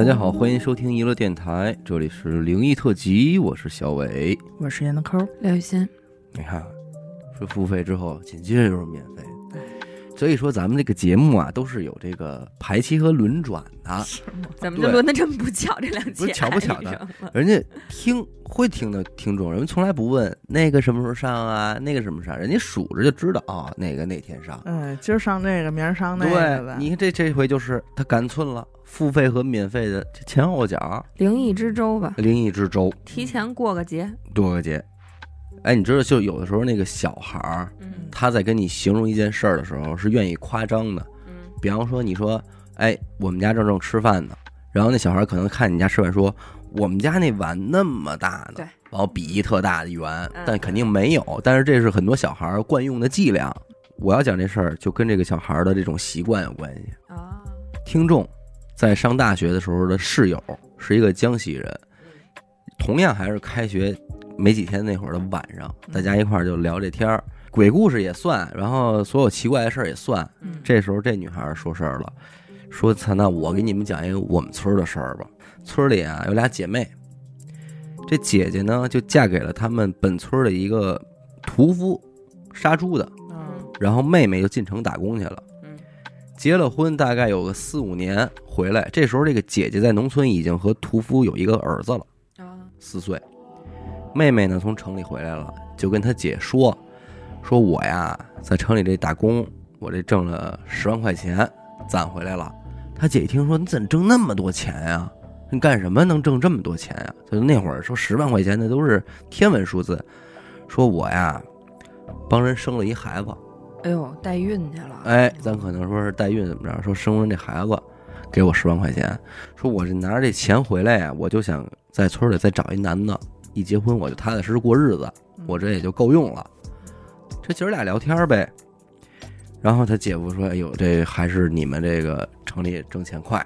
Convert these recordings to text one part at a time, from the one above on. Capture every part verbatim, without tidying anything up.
大家好，欢迎收听娱乐电台，这里是灵异特辑，我是小伟， 我是闫德抠， 刘雨欣。 你看，说付费之后，紧接着就是免费，所以说咱们这个节目啊，都是有这个排期和轮转的。 怎么就轮得这么不巧？这两期不是巧不巧的，人家听会听的听众，人们从来不问那个什么时候上啊，那个什么上，人家数着就知道啊、哦，哪个哪天上。 哎，今儿上这个，明儿上那个的。 对，你看这这回就是他赶寸了，付费和免费的这前后脚， 灵异之周吧， 灵异之周， 提前过个节， 过个节。哎，你知道，就有的时候那个小孩儿，嗯、他在跟你形容一件事儿的时候，是愿意夸张的。嗯，比方说，你说，哎，我们家正正吃饭呢，然后那小孩可能看你家吃饭说，我们家那碗那么大呢， 对， 然后比一特大的圆，但肯定没有。但是这是很多小孩惯用的伎俩。我要讲这事儿，就跟这个小孩的这种习惯有关系啊。听众在上大学的时候的室友是一个江西人，同样还是开学没几天那会儿的晚上，大家一块儿就聊这天儿，鬼故事也算，然后所有奇怪的事儿也算。这时候这女孩说事儿了，说：“操，那我给你们讲一个我们村的事儿吧。村里啊有俩姐妹，这姐姐呢就嫁给了他们本村的一个屠夫，杀猪的，然后妹妹就进城打工去了。结了婚大概有个四五年回来，这时候这个姐姐在农村已经和屠夫有一个儿子了，四岁。妹妹呢从城里回来了，就跟她姐说，说我呀在城里这打工，我这挣了十万块钱攒回来了。她姐一听说，你怎么挣那么多钱呀？你干什么能挣这么多钱呀？就那会儿说十万块钱那都是天文数字。说我呀帮人生了一孩子， 哎呦，代孕去了。 哎，咱可能说是代孕怎么着？说生完这孩子，给我十万块钱。说我这拿着这钱回来呀，我就想在村里再找一男的，一结婚我就踏踏实实过日子，我这也就够用了。这姐儿俩聊天呗。然后他姐夫说：“哎呦，这还是你们这个城里挣钱快。”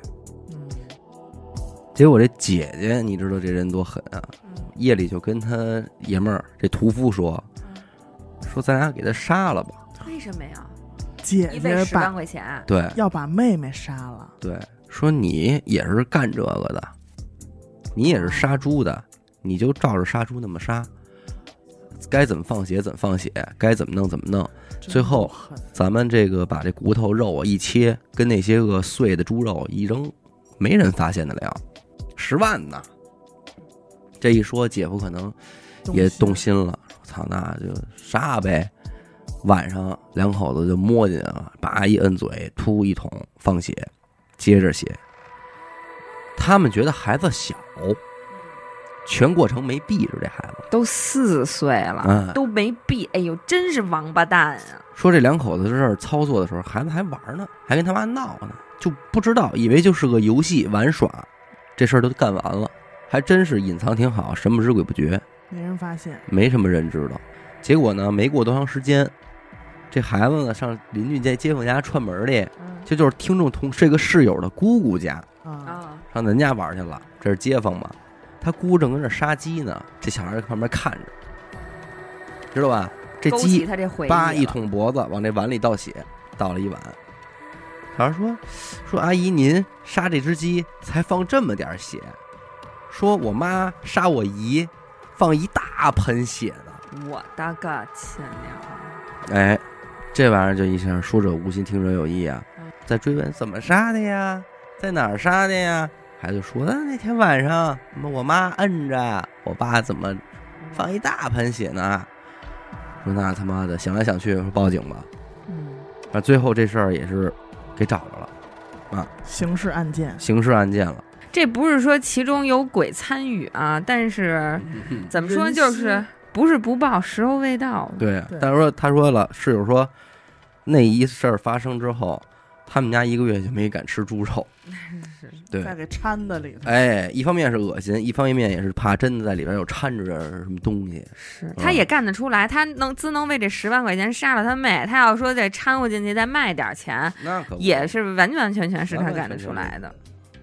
结果这姐姐，你知道这人多狠啊！夜里就跟他爷们儿这屠夫说：“说咱俩给他杀了吧。” 为什么呀？ 姐姐十万块钱， 对， 要把妹妹杀了。 对，说你也是干这个的，你也是杀猪的，你就照着杀猪那么杀，该怎么放血怎么放血，该怎么弄怎么弄。最后咱们这个把这骨头肉啊一切，跟那些个碎的猪肉一扔，没人发现得了。十万呢，这一说姐夫可能也动心了，操，那就杀呗。晚上两口子就摸进去了，叭一摁嘴，突一桶放血，接着血。他们觉得孩子小，全过程没闭着，这孩子都四岁了、嗯、都没闭。哎呦，真是王八蛋啊！ 说这两口子在这儿操作的时候，孩子还玩呢，还跟他妈闹呢，就不知道，以为就是个游戏玩耍，这事儿都干完了，还真是隐藏挺好，神不知鬼不觉， 没人发现， 没什么人知道。结果呢，没过多长时间，这孩子呢上邻居家街坊家串门去，这就是听众同这个室友的姑姑家啊，上人家玩去了，这是街坊嘛。他姑正跟这杀鸡呢，这小孩在旁边看着，知道吧？这鸡叭一捅脖子，往这碗里倒血，倒了一碗。小孩说：“说阿姨，您杀这只鸡才放这么点血，说我妈杀我姨放一大盆血呢。” 我的个亲娘！ 哎，这玩意儿就一下说者无心，听者有意啊。在追问怎么杀的呀，在哪儿杀的呀？孩子说：“那天晚上，我妈摁着，我爸怎么放一大盆血呢？”说那他妈的，想来想去，说报警吧。嗯，啊，最后这事儿也是给找着了，啊， 刑事案件， 刑事案件了。 这不是说其中有鬼参与啊，但是怎么说，就是不是不报，时候未到。 对，但是说他说了，室友说那一事儿发生之后，他们家一个月就没敢吃猪肉。对， 再给掺在里头。 哎，一方面是恶心，一方面也是怕真的在里边有掺着什么东西。 是，他也干得出来，他能自能为这十万块钱杀了他妹，他要说再掺和进去再卖点钱， 那可也是完完全全是他干得出来的。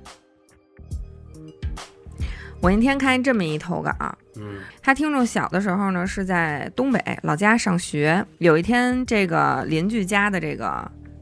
我那天看这么一投稿，嗯，他听众小的时候呢是在东北老家上学，有一天这个邻居家的这个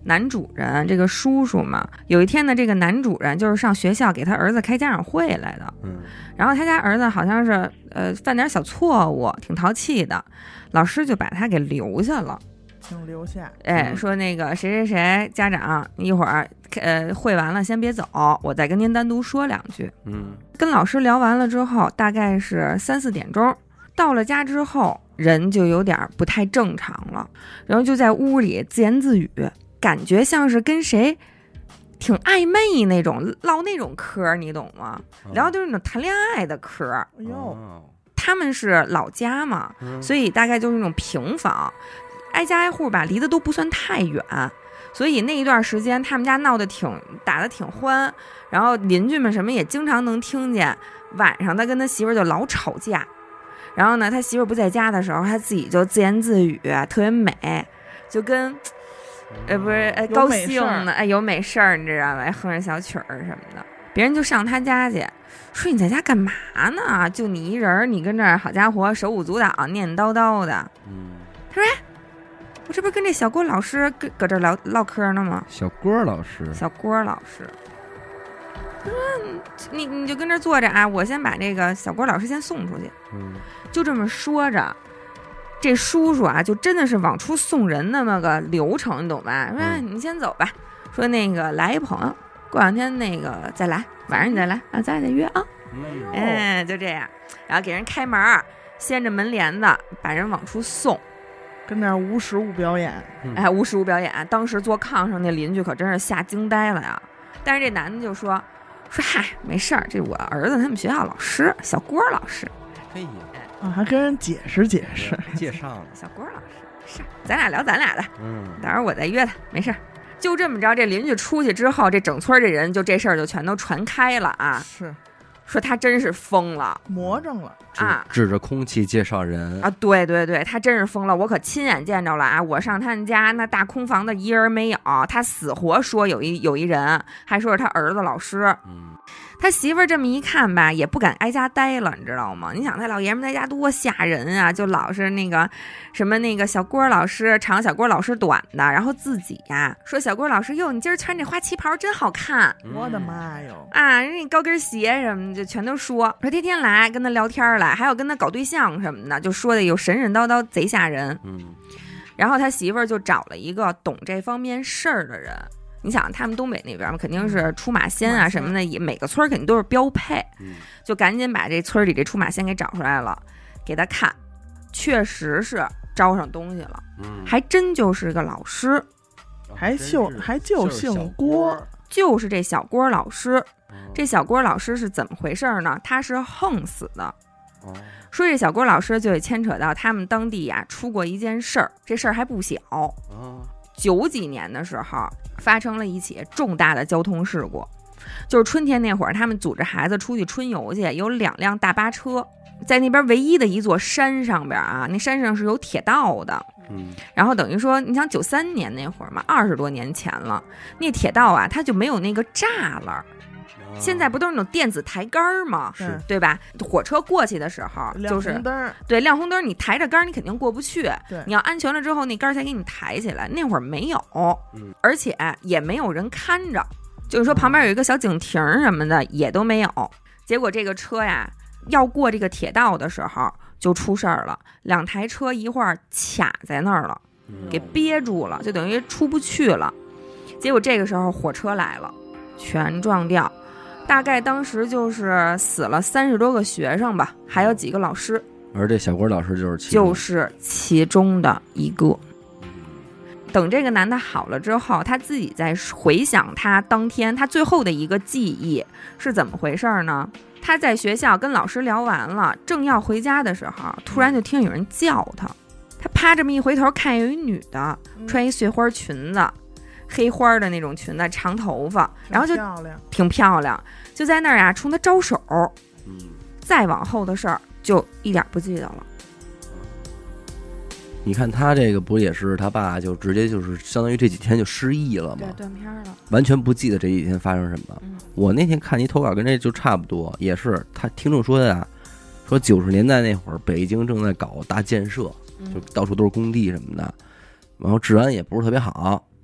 男主人这个叔叔嘛，有一天呢，这个男主人就是上学校给他儿子开家长会来的， 嗯， 然后他家儿子好像是呃犯点小错误，挺淘气的，老师就把他给留下了， 请留下， 哎，说那个谁谁谁家长，一会儿呃会完了先别走，我再跟您单独说两句。 嗯， 跟老师聊完了之后，大概是三四点钟，到了家之后，人就有点不太正常了，然后就在屋里自言自语，感觉像是跟谁挺暧昧那种，唠那种嗑，你懂吗？聊的都是那种谈恋爱的嗑。 哎呦， 他们是老家嘛，所以大概就是那种平房，挨家挨户吧，离得都不算太远。所以那一段时间，他们家闹得挺打得挺欢，然后邻居们什么也经常能听见。晚上他跟他媳妇儿就老吵架，然后呢，他媳妇儿不在家的时候，他自己就自言自语，特别美，就跟呃不是呃高兴呢，哎有美事儿，你知道吧？哼着小曲儿什么的，别人就上他家去，说你在家干嘛呢？就你一人，你跟这儿好家伙手舞足蹈，念念叨叨的。 嗯， 他说。我这不是跟这小郭老师搁搁这聊唠嗑呢吗？ 小郭老师， 小郭老师，他说你你就跟这坐着啊，我先把这个小郭老师先送出去。 嗯， 就这么说着，这叔叔啊，就真的是往出送人那么个流程，你懂吧？说、嗯、你先走吧，说那个来一朋友，过两天那个再来，晚上你再来啊，咱俩再约啊。嗯，哎，就这样，然后给人开门，掀着门帘子，把人往出送。 跟那无实物表演， 哎，无实物表演。当时坐炕上那邻居可真是吓惊呆了呀。但是这男的就说说嗨，没事儿，这我儿子他们学校老师小郭老师。 嘿呀， 啊，还跟人解释解释， 介绍了小郭老师，是咱俩聊咱俩的， 嗯， 待会儿我再约他，没事儿。就这么着，这邻居出去之后，这整村这人就这事儿就全都传开了啊。 是。 说他真是疯了， 魔怔了啊！ 指着空气介绍人啊，对对对，他真是疯了，我可亲眼见着了啊！我上他们家那大空房的一人没有，他死活说有一有一人，还说是他儿子老师。嗯，他媳妇儿这么一看吧，也不敢挨家待了，你知道吗？你想他老爷们在家多吓人啊，就老是那个什么那个小郭老师长，小郭老师短的，然后自己呀说小郭老师哟，你今儿穿这花旗袍真好看， 我的妈哟啊，人家高跟鞋什么的。就全都说说天天来跟他聊天来，还有跟他搞对象什么的，就说的有神神叨叨，贼吓人。嗯，然后他媳妇儿就找了一个懂这方面事儿的人。你想他们东北那边肯定是出马仙啊什么的，也每个村肯定都是标配。嗯，就赶紧把这村里这出马仙给找出来了，给他看，确实是招上东西了。嗯，还真就是个老师， 还就还就姓郭， 就是这小郭老师。这小郭老师是怎么回事呢？他是横死的。说这小郭老师就得牵扯到他们当地呀、啊、出过一件事儿，这事儿还不小。九几年的时候发生了一起重大的交通事故，就是春天那会儿，他们组织孩子出去春游去，有两辆大巴车在那边唯一的一座山上边啊，那山上是有铁道的。嗯，然后等于说，你想九三年那会儿嘛，二十多年前了，那铁道啊，它就没有那个栅栏。现在不都是那种电子抬杆吗？ 是， 对吧？火车过去的时候，就是亮红灯， 对，亮红灯，你抬着杆，你肯定过不去。 对， 你要安全了之后，那杆才给你抬起来。那会儿没有，嗯，而且也没有人看着，就是说旁边有一个小警亭什么的也都没有。结果这个车呀，要过这个铁道的时候就出事儿了，两台车一块儿卡在那儿了，给憋住了，就等于出不去了。结果这个时候火车来了，全撞掉。大概当时就是死了三十多个学生吧，还有几个老师。 而这小郭老师就是其就是其中的一个。等这个男的好了之后，他自己在回想他当天他最后的一个记忆是怎么回事呢？他在学校跟老师聊完了，正要回家的时候，突然就听有人叫他。他啪这么一回头看，有一女的穿一碎花裙子，黑花的那种裙子，长头发，然后就挺漂亮，就在那儿啊冲他招手。嗯，再往后的事儿就一点不记得了。 你看他这个不也是他爸就直接就是相当于这几天就失忆了吗？ 对，断片了， 完全不记得这几天发生什么。 嗯， 我那天看一投稿跟这就差不多，也是他听众说的啊，说九十年代那会儿北京正在搞大建设，就到处都是工地什么的，然后治安也不是特别好，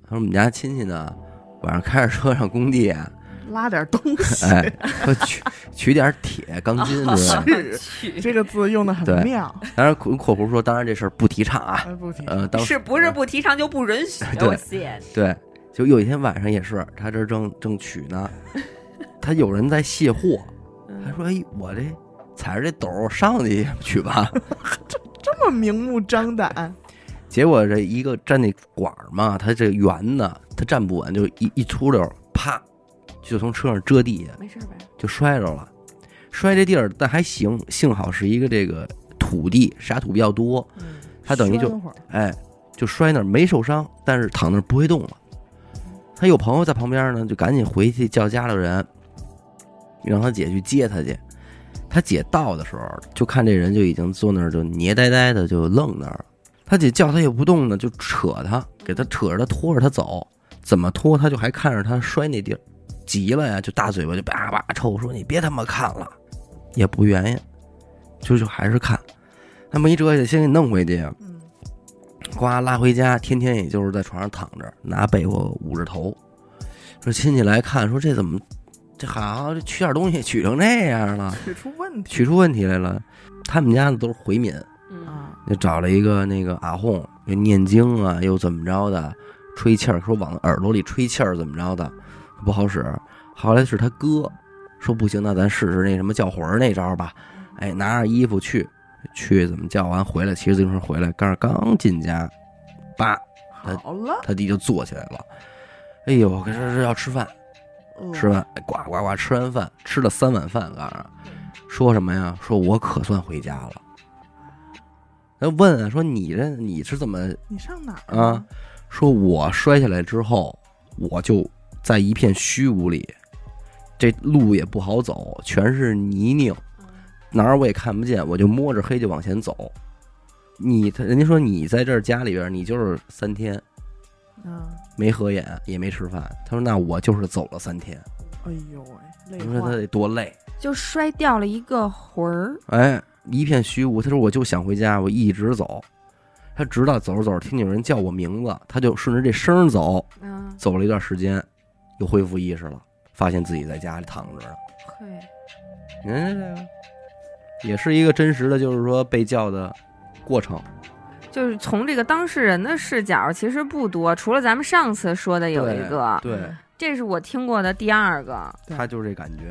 他说我们家亲戚呢晚上开着车上工地啊拉点东西， 哎，说取取点铁钢筋之类的。 是这个字用的很妙。 当然括弧说，当然这事儿不提倡啊， 不提呃，当是不是不提倡就不允许？ 对我谢对，就有一天晚上也是，他这正正取呢，他有人在卸货，他说：“哎，我这踩着这斗上去取吧。” 这这么明目张胆。 结果这一个站那管嘛，他这圆的，他站不稳，就一一出溜，啪，就从车上遮地下， 没事呗， 就摔着了。摔这地儿，但还行，幸好是一个这个土地，沙土比较多，他等于就哎就摔那儿没受伤，但是躺那儿不会动了。他有朋友在旁边呢，就赶紧回去叫家里人，让他姐去接他去。他姐到的时候，就看这人就已经坐那儿，就捏呆呆的，就愣那儿。他姐叫他也不动呢，就扯他，给他扯着他，拖着他走。怎么拖，他就还看着他摔那地儿，急了呀，就大嘴巴就叭叭抽，说你别他妈看了，也不原因，就就还是看。他没辙，先给你弄回去，呱拉回家，天天也就是在床上躺着，拿被窝捂着头。说亲戚来看，说这怎么这好这取点东西取成这样了， 取出问题， 取出问题来了。他们家的都是回民， 啊， 就找了一个那个阿訇，又念经啊，又怎么着的，吹气儿，说往耳朵里吹气儿怎么着的，不好使。后来是他哥说不行，那咱试试那什么叫魂那招吧。哎，拿着衣服去去怎么叫完回来，骑着自行车回来，刚刚进家，叭， 好了， 他弟就坐起来了。哎呦，可是是要吃饭，吃饭，呱呱呱，吃完饭吃了三碗饭，告诉说什么呀？说我可算回家了。他问啊，说你这你是怎么？ 你上哪儿啊？说我摔下来之后，我就在一片虚无里，这路也不好走，全是泥泞，哪儿我也看不见，我就摸着黑就往前走。你他人家说你在这儿家里边，你就是三天， 啊， 没合眼也没吃饭。他说那我就是走了三天。 哎呦喂，累坏了。 你说他得多累， 就摔掉了一个魂儿。 哎，一片虚无。他说我就想回家，我一直走。他直到走着走着听见有人叫我名字，他就顺着这声走， 嗯， 走了一段时间，又恢复意识了，发现自己在家里躺着呢。 嘿， 你看这个，也是一个真实的，就是说被叫的过程。 就是从这个当事人的视角，其实不多，除了咱们上次说的有一个， 对， 对这是我听过的第二个。 他就是这感觉。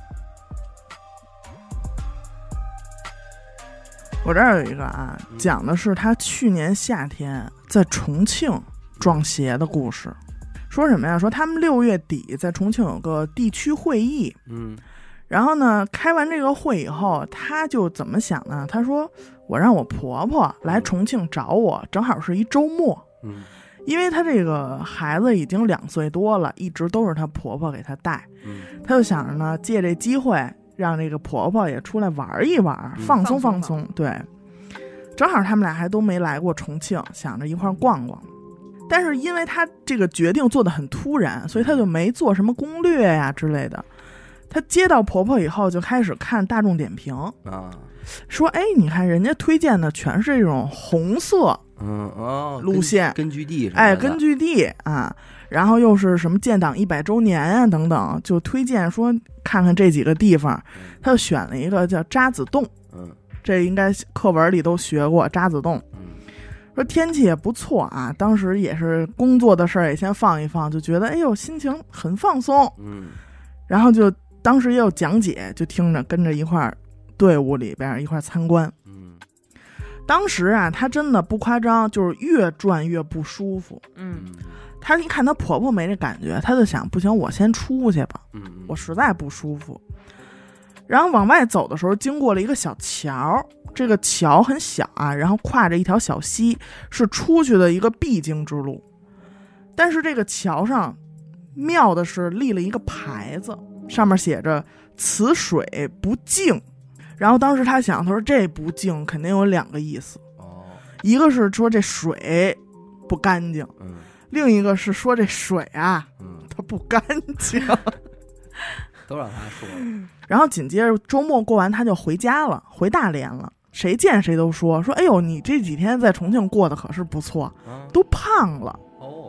我这儿有一个啊，讲的是他去年夏天在重庆撞邪的故事。说什么呀？说他们六月底在重庆有个地区会议， 嗯， 然后呢，开完这个会以后，他就怎么想呢？他说：“我让我婆婆来重庆找我，正好是一周末。” 嗯， 因为他这个孩子已经两岁多了，一直都是他婆婆给他带。 嗯， 他就想着呢，借这机会让这个婆婆也出来玩一玩，嗯、放松放松。对，正好他们俩还都没来过重庆，想着一块逛逛。但是因为他这个决定做得很突然，所以他就没做什么攻略呀之类的。他接到婆婆以后，就开始看大众点评啊， 说：“哎，你看人家推荐的全是这种红色， 嗯哦， 路线根据地， 哎，根据地啊，然后又是什么建党一百周年啊等等，就推荐说看看这几个地方。他就选了一个叫渣滓洞， 嗯， 这应该课文里都学过渣滓洞。说天气也不错啊，当时也是工作的事儿也先放一放，就觉得哎呦心情很放松， 嗯， 然后就当时也有讲解，就听着跟着一块儿队伍里边一块儿参观， 嗯， 当时啊她真的不夸张，就是越转越不舒服， 嗯， 她一看她婆婆没这感觉，她就想不行，我先出去吧， 嗯， 我实在不舒服。然后往外走的时候，经过了一个小桥，这个桥很小啊，然后跨着一条小溪，是出去的一个必经之路。但是这个桥上妙的是立了一个牌子，上面写着此水不净。然后当时他想，他说这不净肯定有两个意思， 哦， 一个是说这水不干净， 嗯， 另一个是说这水啊， 嗯， 它不干净。 都让他说了。 然后紧接着周末过完，他就回家了，回大连了。谁见谁都说说，哎呦，你这几天在重庆过得可是不错， 啊、 都胖了。 哦，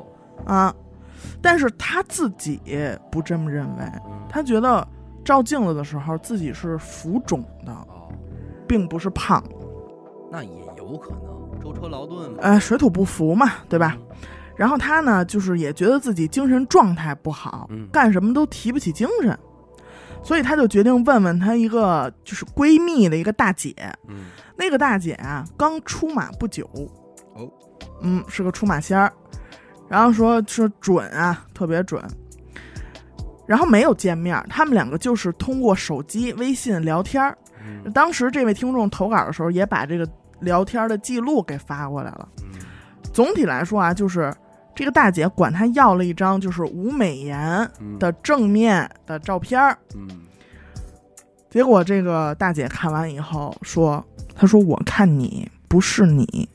啊。但是他自己不这么认为，他觉得照镜子的时候自己是浮肿的，并不是胖。 那也有可能舟车劳顿嘛， 呃，水土不服嘛，对吧？然后他呢，就是也觉得自己精神状态不好， 嗯、 干什么都提不起精神，所以他就决定问问他一个就是闺蜜的一个大姐。 嗯，那个大姐啊，刚出马不久， 哦， 嗯，是个出马仙儿。然后说说准啊，特别准。然后没有见面，他们两个就是通过手机微信聊天。嗯、当时这位听众投稿的时候，也把这个聊天的记录给发过来了。 嗯、 总体来说啊，就是这个大姐管他要了一张就是无美颜的正面的照片。 嗯， 结果这个大姐看完以后说：“她说我看你不是你。”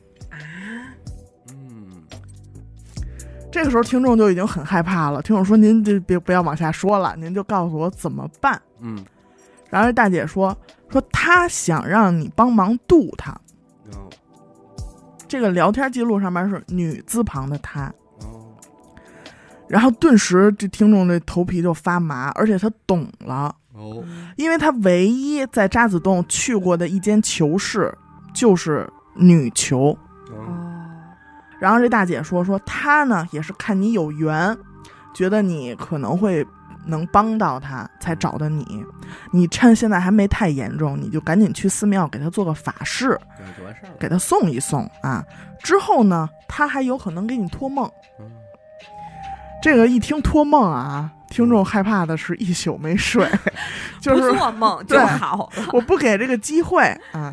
这个时候听众就已经很害怕了，听众说您就别不要往下说了，您就告诉我怎么办。 嗯， 然后大姐说说她想让你帮忙渡她。 哦， 这个聊天记录上面是女字旁的她。 哦， 然后顿时这听众这头皮就发麻，而且他懂了。 哦， 因为他唯一在渣滓洞去过的一间球室就是女球。 哦， 然后这大姐说说她呢也是看你有缘，觉得你可能会能帮到她才找的你，你趁现在还没太严重，你就赶紧去寺庙给她做个法事， 就完事儿了， 给她送一送啊。之后呢她还有可能给你托梦。 嗯， 这个一听托梦啊，听众害怕的是一宿没睡，就是不做梦就好了。 我不给这个机会啊。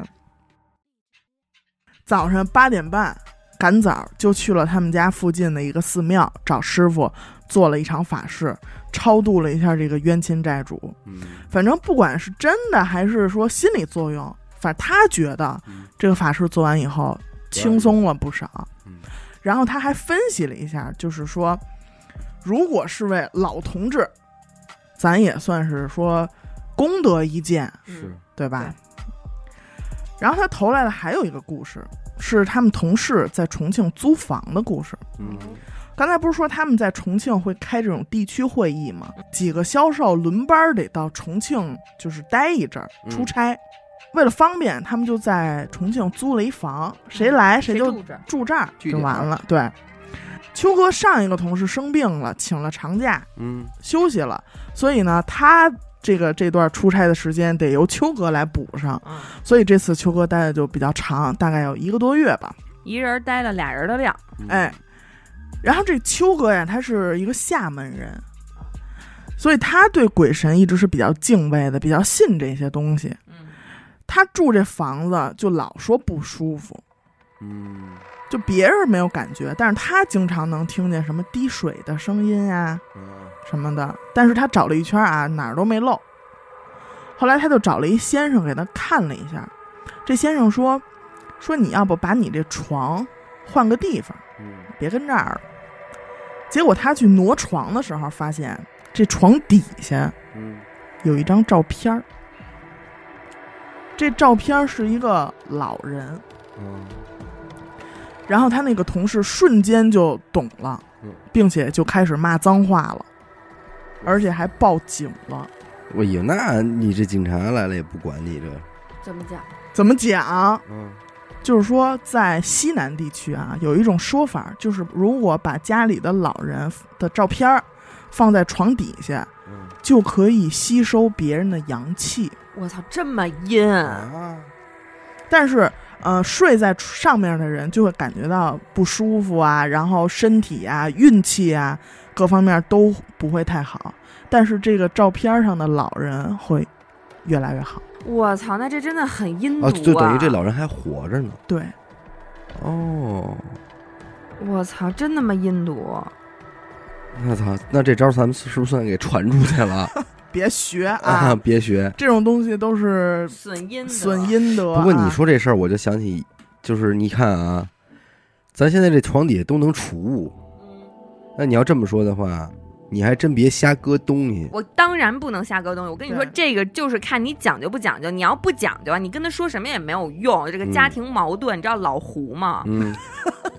早上八点半赶早就去了他们家附近的一个寺庙，找师傅做了一场法事，超度了一下这个冤亲债主。 嗯， 反正不管是真的还是说心理作用，反正他觉得这个法事做完以后轻松了不少。 嗯， 然后他还分析了一下，就是说如果是位老同志，咱也算是说功德一件， 是对吧？然后他投来的还有一个故事，是他们同事在重庆租房的故事。 嗯， 刚才不是说他们在重庆会开这种地区会议吗？几个销售轮班得到重庆就是待一阵儿出差、嗯、为了方便他们就在重庆租了一房，谁来谁就住这儿就完了。对，秋哥上一个同事生病了，请了长假， 嗯， 休息了，所以呢他这个这段出差的时间得由秋哥来补上、嗯、所以这次秋哥待的就比较长，大概有一个多月吧， 一人待了俩人的量。 哎，然后这秋哥呀他是一个厦门人，所以他对鬼神一直是比较敬畏的，比较信这些东西。 嗯， 他住这房子就老说不舒服， 嗯， 就别人没有感觉，但是他经常能听见什么滴水的声音啊、嗯、什么的，但是他找了一圈啊哪儿都没漏。后来他就找了一先生给他看了一下，这先生说说你要不把你这床换个地方， 嗯， 别跟这儿了。结果他去挪床的时候发现这床底下有一张照片、嗯、这照片是一个老人。 嗯， 然后他那个同事瞬间就懂了，并且就开始骂脏话了，而且还报警了。 我以为那你这警察来了也不管你这怎么讲？ 怎么讲？ 嗯， 就是说在西南地区啊，有一种说法，就是如果把家里的老人的照片放在床底下，嗯，就可以吸收别人的阳气。 我操，这么阴啊！ 但是呃，睡在上面的人就会感觉到不舒服啊，然后身体啊、运气啊各方面都不会太好。但是这个照片上的老人会越来越好。 我操，那这真的很阴毒啊！ 哦，就等于这老人还活着呢。 对。 哦。 我操，真那么阴毒！ 我操，那这招咱们是不是算给传出去了？ 别学 啊, 啊！别学， 这种东西都是损阴损阴德。 不过你说这事儿，我就想起，就是你看啊，咱现在这床底下都能储物，那你要这么说的话，你还真别瞎搁东西。 我当然不能瞎搁东西。我跟你说，这个就是看你讲究不讲究。你要不讲究啊，你跟他说什么也没有用。这个家庭矛盾，嗯、你知道老胡吗？ 嗯，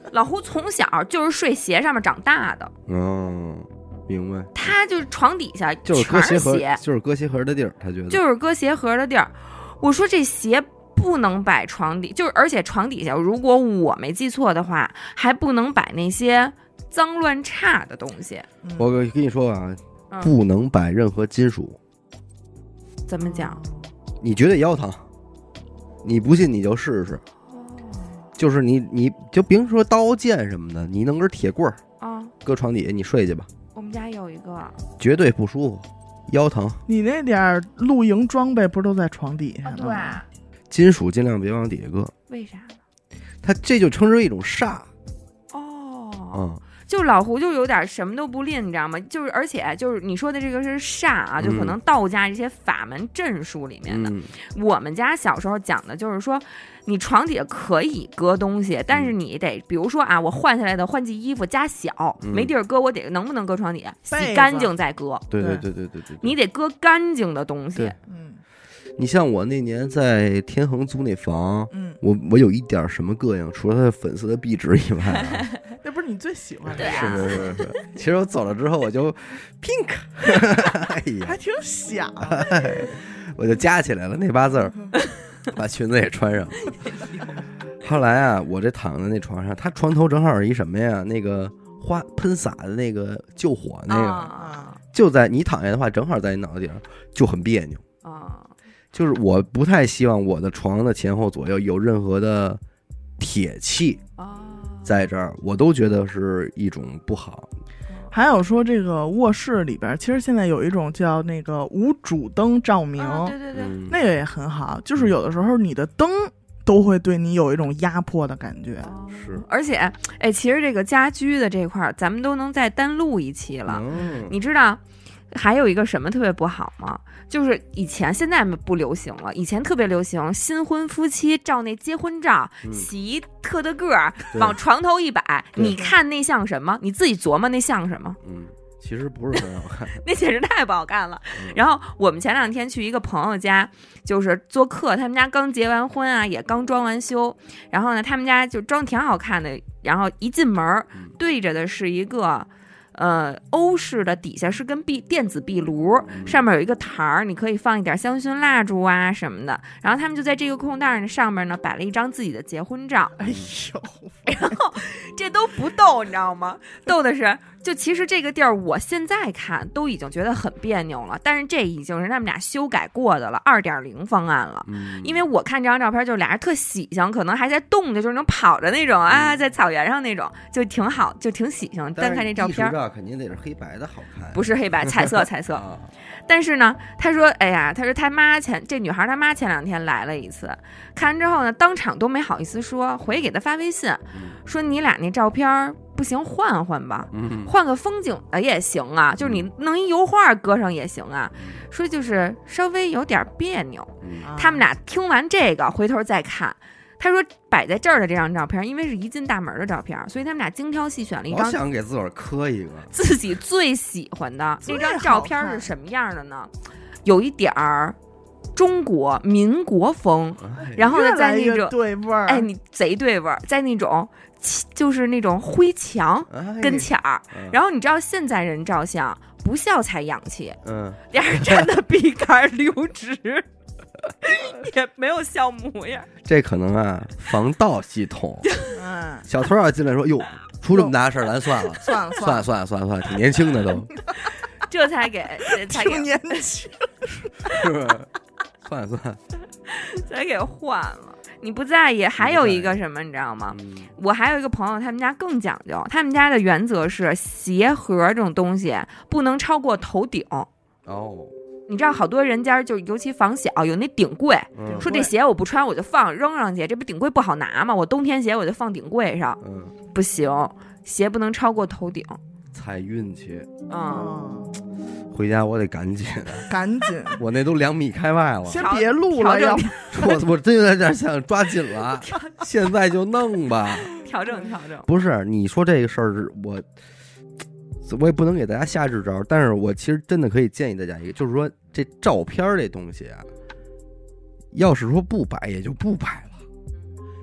老胡从小就是睡鞋上面长大的。 哦，明白。 他就是床底下就是搁鞋盒， 全是鞋就是搁鞋盒的地儿，他觉得就是搁鞋盒的地儿。我说这鞋不能摆床底，就是而且床底下，如果我没记错的话，还不能摆那些脏乱差的东西。 我跟你说啊，嗯、不能摆任何金属。 怎么讲？ 你绝对腰疼，你不信你就试试。就是你，你就比如说刀剑什么的，你弄根铁棍儿啊，搁床底下你睡去吧。 我们家有一个，绝对不舒服，腰疼。 你那点露营装备不是都在床底下吗？ 对， 金属尽量别往底下搁。 为啥呢？ 它这就称之为一种煞。 哦， 嗯。 就老胡就有点什么都不吝，你知道吗？就是而且就是你说的这个是煞啊，就可能道家这些法门阵术里面的。嗯、我们家小时候讲的就是说，你床底下可以搁东西，但是你得比如说啊，我换下来的换季衣服加小，嗯、没地儿搁，我得能不能搁床底下？洗干净再搁。 对对对对对对， 你得搁干净的东西。 嗯。 你像我那年在天恒租那房，嗯，我我有一点什么膈应，除了它的粉色的壁纸以外、啊， 那不是你最喜欢的？ 是是是是。其实我走了之后，我就 pink， 哎呀， 还挺响、 哎，我就夹起来了那八字儿，把裙子也穿上。后来啊，我这躺在那床上，他床头正好是一什么呀？那个花喷洒的那个救火那个，啊、就在你躺下的话，正好在你脑袋顶上，就很别扭啊。就是我不太希望我的床的前后左右有任何的铁器在这儿，我都觉得是一种不好。 还有说这个卧室里边，其实现在有一种叫那个无主灯照明， 啊、对对对， 那个也很好。就是有的时候你的灯都会对你有一种压迫的感觉。 是， 而且哎，其实这个家居的这块，咱们都能再单录一期了。嗯、你知道还有一个什么特别不好吗？就是以前现在不流行了，以前特别流行新婚夫妻照那结婚照，嗯、洗特的个儿往床头一摆，你看那像什么？你自己琢磨那像什么？ 嗯，其实不是很好看， 那简直太不好看了。嗯、然后我们前两天去一个朋友家，就是做客，他们家刚结完婚啊，也刚装完修，然后呢，他们家就装挺好看的，然后一进门、嗯、对着的是一个。呃，欧式的底下是跟壁电子壁炉，上面有一个台儿，你可以放一点香薰蜡烛啊什么的。然后他们就在这个空袋上面呢摆了一张自己的结婚照。 哎呦， 然后这都不逗，你知道吗？逗的是，就其实这个地儿我现在看都已经觉得很别扭了，但是这已经是他们俩修改过的了，二点零方案了。嗯、因为我看这张照片，就俩人特喜庆，可能还在动着，就是能跑着那种啊，在草原上那种，就挺好，就挺喜庆。单看这照片。 肯定得是黑白的好看， 不是黑白，彩色彩色。啊、但是呢，他说：“哎呀，他说他妈前这女孩他妈前两天来了一次，看完之后呢，当场都没好意思说，回给他发微信，嗯、说你俩那照片不行，换换吧，嗯、换个风景的也行啊，就是你弄一油画搁上也行啊。嗯、说就是稍微有点别扭。嗯、他们俩听完这个，回头再看。”他说摆在这儿的这张照片，因为是一进大门的照片，所以他们俩精挑细选了一张。 我想给自个儿磕一个自己最喜欢的那张照片是什么样的呢？有一点儿中国民国风，哎、然后呢，在那种对味儿， 哎，你贼对味儿，在那种就是那种灰墙跟前儿，哎、然后你知道现在人照相不笑才洋气，嗯，俩人站的笔杆溜直。也没有笑模样， 这可能啊，防盗系统。嗯，小偷要进来说：“哟，出这么大事儿，咱算了， 算了， 算了，算了，算了，算了，挺年轻的都。” 这才给，才挺年轻， 是不是？算了算了， 才给换了。你不在意，还有一个什么，你知道吗？嗯、我还有一个朋友，他们家更讲究，他们家的原则是鞋盒这种东西不能超过头顶。 哦。 你知道好多人家就尤其房小有那顶柜，嗯、说这鞋我不穿我就放扔上去，这不顶柜不好拿吗？我冬天鞋我就放顶柜上，嗯、不行，鞋不能超过头顶。 踩运气， 嗯， 回家我得赶紧， 赶紧， 我那都两米开外了， 先别录了，要我我真有点想抓紧了，现在就弄吧， 调整调整。 不是你说这个事儿，我。我也不能给大家下支招，但是我其实真的可以建议大家一个，就是说这照片这东西啊，要是说不摆也就不摆了，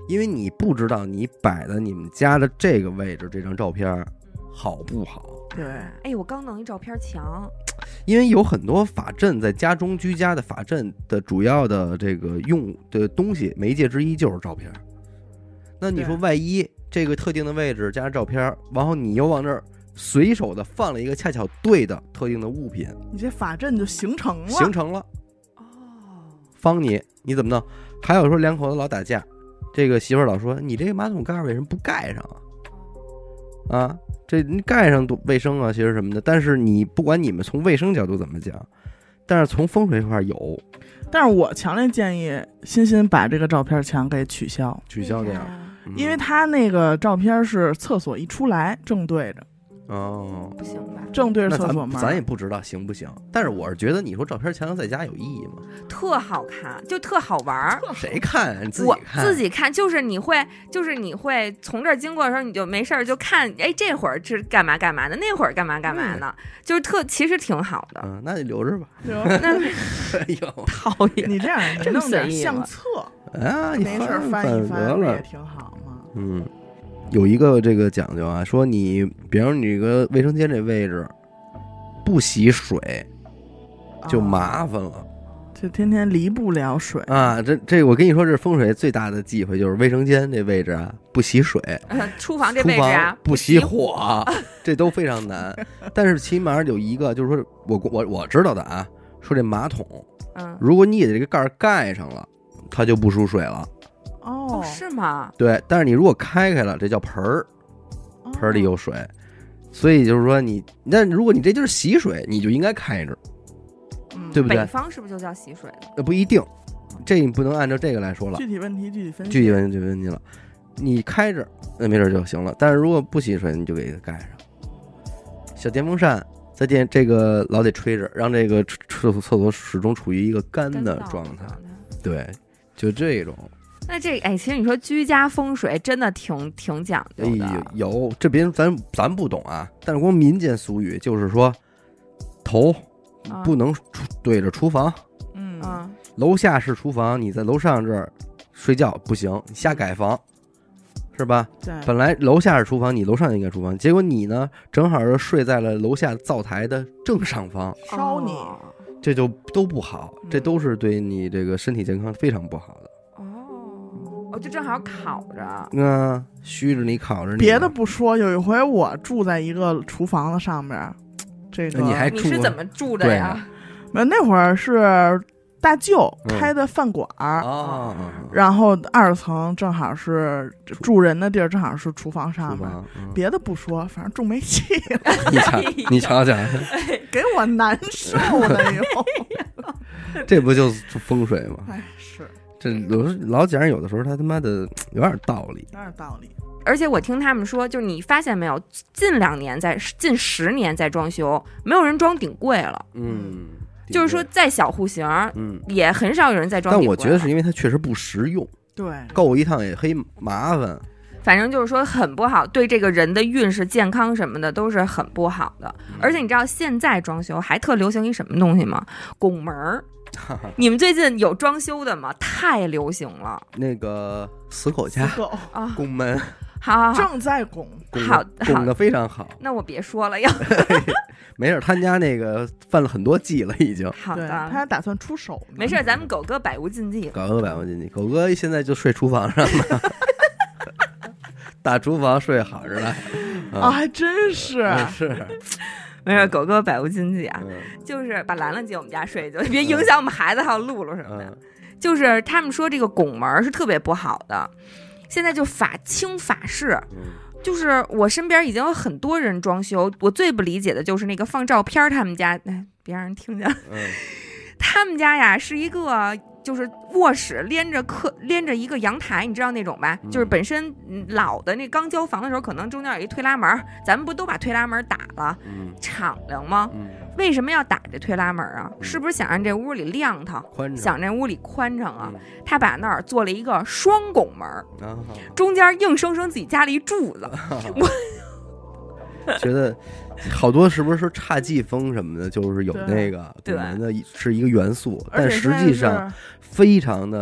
因为你不知道你摆的你们家的这个位置这张照片好不好。 对， 哎，我刚弄一照片墙， 因为有很多法阵在家中居家的法阵的主要的这个用的东西媒介之一就是照片。那你说万一这个特定的位置加上照片，然后你又往那儿随手的放了一个恰巧对的特定的物品， 你这法阵就形成了， 形成了。 哦， 方你你怎么弄？还有说两口子老打架，这个媳妇儿老说你这个马桶盖为什么不盖上啊？啊，这你盖上多卫生啊，其实什么的。但是你不管你们从卫生角度怎么讲，但是从风水这块有。 但是我强烈建议欣欣把这个照片墙给取消， 取消掉， 嗯、 因为他那个照片是厕所一出来正对着。 哦， 不行吧？ 正对着厕所门， 咱咱也不知道行不行。但是我是觉得，你说照片墙在家有意义吗？ 特好看，就特好玩。 谁看？你自己看。 我自己看，就是你会，就是你会从这儿经过的时候，你就没事就看，哎，这会儿是干嘛干嘛的，那会儿干嘛干嘛呢？嗯、就是特，其实挺好的。 嗯，那你留着吧。 那哎呦， 讨厌！ 你这样，你弄点相册啊，你没事翻一翻也挺好嘛。 嗯。有一个这个讲究啊，说你比方你这个卫生间这位置不洗水就麻烦了，哦、 就天天离不了水啊。这这我跟你说，这是风水最大的忌讳，就是卫生间这位置啊不洗水， 呃、厨房这位置啊不熄火，这都非常难。但是起码有一个，就是说我我我知道的啊，说这马桶， 嗯， 如果你给这个盖盖上了，它就不输水了。 哦， 是吗？ 对，但是你如果开开了，这叫盆儿，盆儿里有水，所以就是说你，那如果你这就是洗水，你就应该开着， 嗯、 对不对？ 北方是不是就叫洗水的？ 呃，不一定，这你不能按照这个来说了。 具体问题具体分析， 具体问题具体问题了。你开着那没准就行了，但是如果不洗水，你就给它盖上。小电风扇在电这个老得吹着，让这个厕所厕所始终处于一个干的状态。对，就这种。 那这哎，其实你说居家风水真的挺挺讲究的。 哎、有这边咱咱不懂啊，但是光民间俗语就是说，头不能对着厨房， 嗯啊， 楼下是厨房，你在楼上这儿睡觉不行，你瞎改房，是吧？ 对， 本来楼下是厨房，你楼上应该厨房，结果你呢正好是睡在了楼下灶台的正上方， 烧你， 哦、 这就都不好，这都是对你这个身体健康非常不好的。 我就正好烤着， 嗯，虚着你烤着你。 别的不说，有一回我住在一个厨房的上面，这个你还住你是怎么住的呀？ 没、啊，那会儿是大舅开的饭馆儿、 嗯哦、 然后二层正好是住人的地儿，正好是厨房上面。 嗯、 别的不说，反正中煤气了。 你瞧，你瞧瞧， 给我难受了又。 这不就是风水吗？ 哎，是。 这老讲有的时候他他妈的有点道理， 有点道理。 而且我听他们说，就是你发现没有，近两年在近十年在装修，没有人装顶柜了。 嗯， 就是说再小户型，嗯，也很少有人在装顶柜。 但我觉得是因为它确实不实用， 对， 购一趟也黑麻烦。 反正就是说很不好，对这个人的运势、健康什么的都是很不好的。嗯、而且你知道现在装修还特流行一什么东西吗？拱门儿。你们最近有装修的吗？太流行了。 那个死狗家啊， 拱门， 好好好， 正在拱， 好拱的非常好。 那我别说了，要没事，他家那个犯了很多忌了，已经。 好的， 他还打算出手呢。 没事，咱们狗哥百无禁忌。 狗哥百无禁忌，狗哥现在就睡厨房上呢，大厨房睡好着呢。 啊，还真是是。 没事，狗哥百无禁忌啊，嗯、就是把兰兰接我们家睡，就别影响我们孩子还有露露什么的。嗯、就是他们说这个拱门是特别不好的，现在就法清法式。嗯、就是我身边已经有很多人装修，我最不理解的就是那个放照片，他们家哎，别让人听见。嗯、他们家呀是一个。就是卧室连着客连着一个阳台，你知道那种吧？嗯、就是本身老的那刚交房的时候，可能中间有一推拉门，咱们不都把推拉门打了，嗯、敞亮吗？嗯、为什么要打这推拉门啊？嗯、是不是想让这屋里亮堂，想这屋里宽敞啊？嗯、他把那儿做了一个双拱门，嗯、中间硬生生自己加了一柱子。我觉得好多是不是说侘寂风什么的，就是有那个拱门的是一个元素，但实际上非常的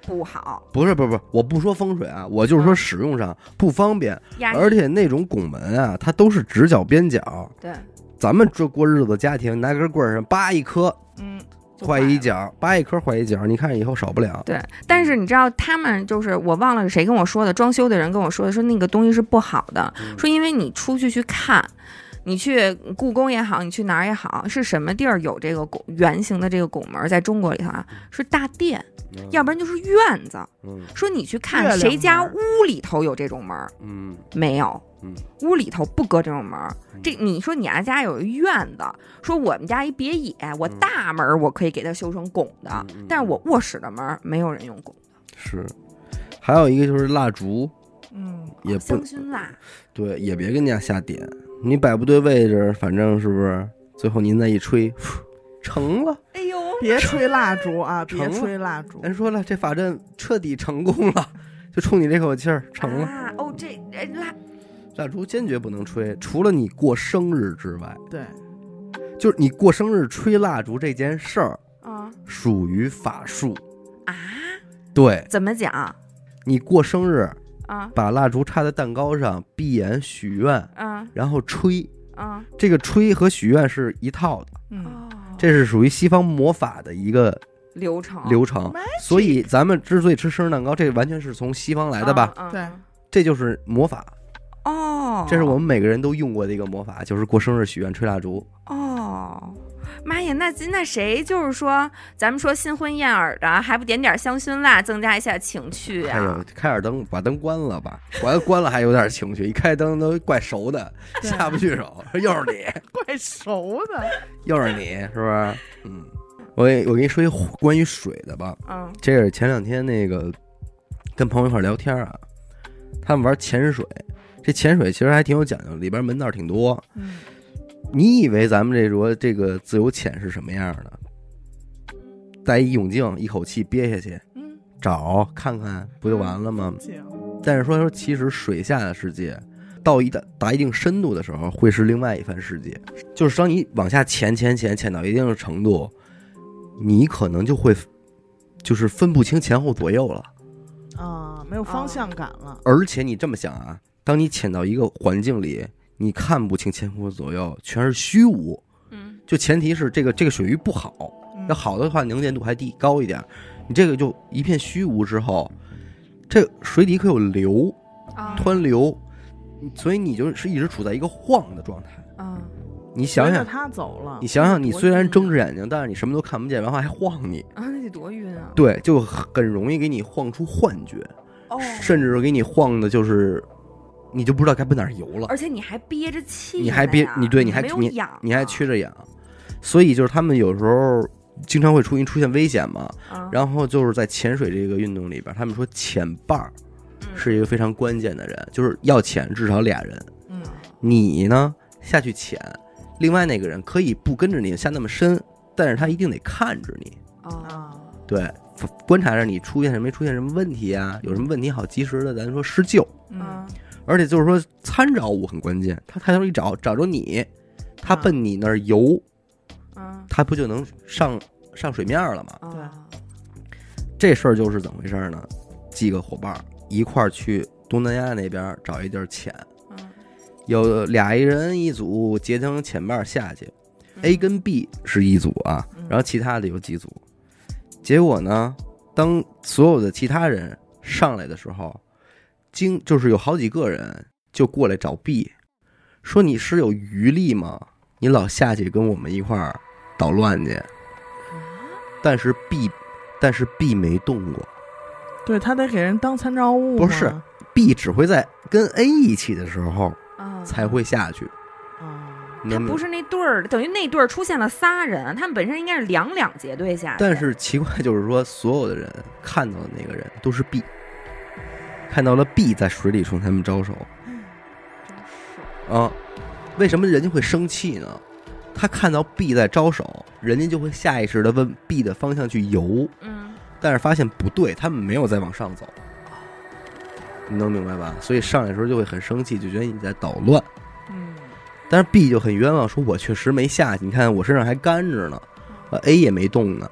不好。 不是不是不是，我不说风水啊，我就是说使用上不方便， 嗯、 而且那种拱门啊，它都是直角边角。 对， 咱们这过日子家庭拿根棍儿上扒一颗， 嗯。 坏一角，扒一颗坏一角，你看以后少不了。 对，但是你知道他们就是我忘了是谁跟我说的，装修的人跟我说的，说那个东西是不好的，嗯、说因为你出去去看，你去故宫也好，你去哪儿也好，是什么地儿有这个拱圆形的这个拱门，在中国里头啊是大殿，嗯、要不然就是院子。嗯、说你去看谁家屋里头有这种门，嗯，没有。嗯，屋里头不搁这种门，这你说你家家有一院子，说我们家一别野，我大门我可以给它修成拱的，嗯、但是我卧室的门没有人用拱的。 是，还有一个就是蜡烛， 嗯， 也不香薰蜡， 对，也别跟人家瞎点，你摆不对位置，反正是不是最后您再一吹，成了。 哎呦， 别吹蜡烛啊，别吹蜡烛。 人说了，这法阵彻底成功了，就冲你这口气儿成了。 啊，哦，这蜡。 蜡烛坚决不能吹，除了你过生日之外。 对， 就是你过生日吹蜡烛这件事儿啊， 属于法术啊。 对， 怎么讲？ 你过生日啊， 把蜡烛插在蛋糕上，闭眼许愿， 啊， 然后吹， 啊， 这个吹和许愿是一套的， 嗯， 这是属于西方魔法的一个流程流程。所以咱们之所以吃生日蛋糕，这完全是从西方来的吧？ 啊、 对， 这就是魔法。 哦， 这是我们每个人都用过的一个魔法，就是过生日许愿吹蜡烛。 哦，妈呀，那那谁就是说，咱们说新婚燕尔的，还不点点香薰蜡，增加一下情趣啊？ 还有开点灯，把灯关了吧，关关了还有点情趣，一开灯都怪熟的，下不去手，又是你， 怪熟的， 又是你，是不是？嗯，我给我跟你说一关于水的吧。 嗯， 这是前两天那个跟朋友一块聊天啊，他们玩潜水。这潜水其实还挺有讲究，里边门道挺多。 嗯， 你以为咱们这说这个自由潜是什么样的？戴一泳镜，一口气憋下去， 嗯， 找看看不就完了吗？ 嗯、 但是说说，其实水下的世界，到一达达一定深度的时候，会是另外一番世界。就是当你往下潜潜潜潜到一定的程度，你可能就会就是分不清前后左右了。 啊，没有方向感了。 而且你这么想啊。当你潜到一个环境里，你看不清前后左右，全是虚无。 嗯， 就前提是这个这个水域不好，要好的话能见度还低高一点。你这个就一片虚无之后，这水底可有流，湍流，所以你就是一直处在一个晃的状态。 啊， 你想想， 他走了， 你想想，你虽然睁着眼睛，但是你什么都看不见，然后还晃你啊，那得多晕啊！ 对，就很容易给你晃出幻觉， 哦， 甚至给你晃的就是。你就不知道该奔哪儿游了， 而且你还憋着气， 你还憋，你对，你还你你还缺着氧，所以就是他们有时候经常会出现出现危险嘛。 啊、 然后就是在潜水这个运动里边，他们说潜伴儿是一个非常关键的人，嗯、就是要潜至少俩人。 嗯， 你呢下去潜，另外那个人可以不跟着你下那么深，但是他一定得看着你。 啊， 对，观察着你出现没出现什么问题啊，有什么问题好及时的咱说施救。 嗯。 而且就是说，参照物很关键。他抬头一找，找着你，他奔你那儿游， 嗯， 他不就能上上水面了吗？ 对， 这事儿就是怎么回事呢？几个伙伴一块儿去东南亚那边找一地儿潜， 嗯， 有俩一人一组，结成潜伴下去、嗯、，A 跟 B 是一组啊，然后其他的有几组。结果呢，当所有的其他人上来的时候。经就是有好几个人就过来找 B， 说你是有余力吗？你老下去跟我们一块儿捣乱去。但是 B， 但是 B 没动过。 对他得给人当参照物。 不是 B 只会在跟 A 一起的时候才会下去。 啊， 他不是那对儿，等于那对儿出现了仨人，他们本身应该是两两结队下去。 但是奇怪就是说，所有的人看到的那个人都是 B。看到了 B 在水里冲他们招手， 嗯，真是啊，为什么人家会生气呢？他看到 B 在招手，人家就会下意识的问 B 的方向去游， 嗯， 但是发现不对，他们没有再往上走，你能明白吧？所以上来的时候就会很生气，就觉得你在捣乱， 嗯， 但是 B 就很冤枉，说我确实没下去，你看我身上还干着呢，呃 A 也没动呢，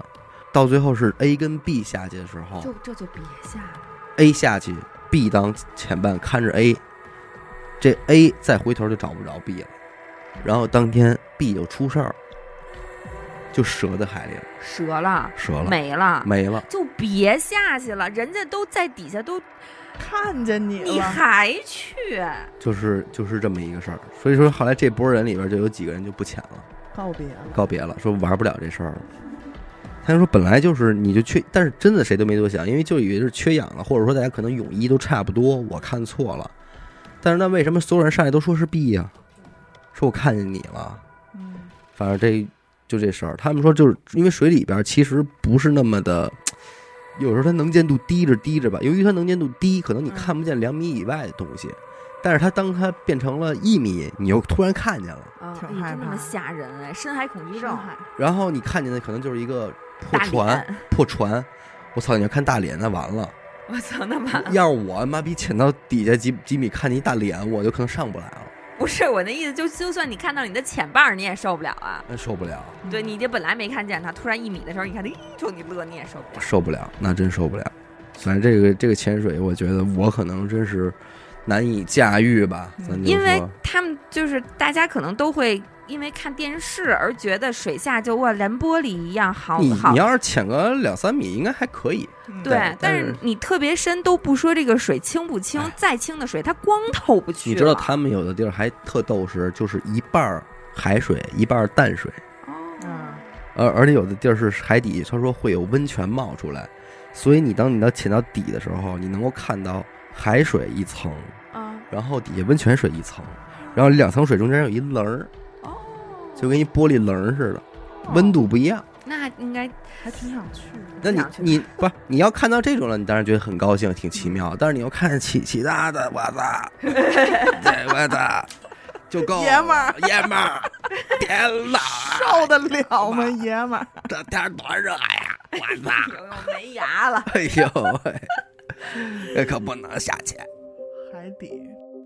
到最后是 A 跟 B 下去的时候， 就这就别下了。 A 下去 ，B 当前伴看着 A， 这 A 再回头就找不着 B 了，然后当天 B 就出事儿，就折在海里了， 折了， 折了， 没了， 没了， 就别下去了，人家都在底下都看见你了， 你还去， 就是就是这么一个事儿。所以说后来这波人里边就有几个人就不潜了， 告别了， 告别了，说玩不了这事儿了。他就说本来就是你就缺，但是真的谁都没多想，因为就以为是缺氧了，或者说大家可能泳衣都差不多，我看错了。但是那为什么所有人上来都说是 B 呀、啊？说我看见你了。嗯，反正这就这事儿，他们说就是因为水里边其实不是那么的，有时候它能见度低着低着吧，由于它能见度低，可能你看不见两米以外的东西。但是它当它变成了一米，你又突然看见了， 啊、 挺害怕， 那么吓人哎，深海恐惧症。 然后你看见的可能就是一个破船，破船，我操！你要看大脸那完了， 我操，那完了。 要是我妈逼潜到底下几几米看见一大脸，我就可能上不来了。 不是我那意思，就就算你看到你的前半，你也受不了啊。 那受不了。 对，你这本来没看见他，突然一米的时候，你看他，冲你乐，你也受不了。 受不了，那真受不了。反正这个这个潜水，我觉得我可能真是难以驾驭吧。咱就说因为他们就是大家可能都会因为看电视而觉得水下就哇连玻璃一样好你好。 你要是潜个两三米，应该还可以。 对，但但是是你特别深都不说这个水清不清，再清的水它光透不去。 你知道他们有的地儿还特逗是，就是一半海水，一半淡水。 哦， 而而且有的地儿是海底，他说会有温泉冒出来，所以你当你到潜到底的时候，你能够看到海水一层， 啊， 然后底下温泉水一层，然后两层水中间有一棱儿， 哦， 就跟一玻璃棱似的，温度不一样。 那应该还挺想去。 那你你不你要看到这种了，你当然觉得很高兴，挺奇妙。但是你要看其其他的，我操，这我操，就够爷们儿， 爷们儿，天哪， 受得了吗？爷们儿， 这天多热呀！我操， 又没牙了。 哎呦喂，这可不能下去。 海底。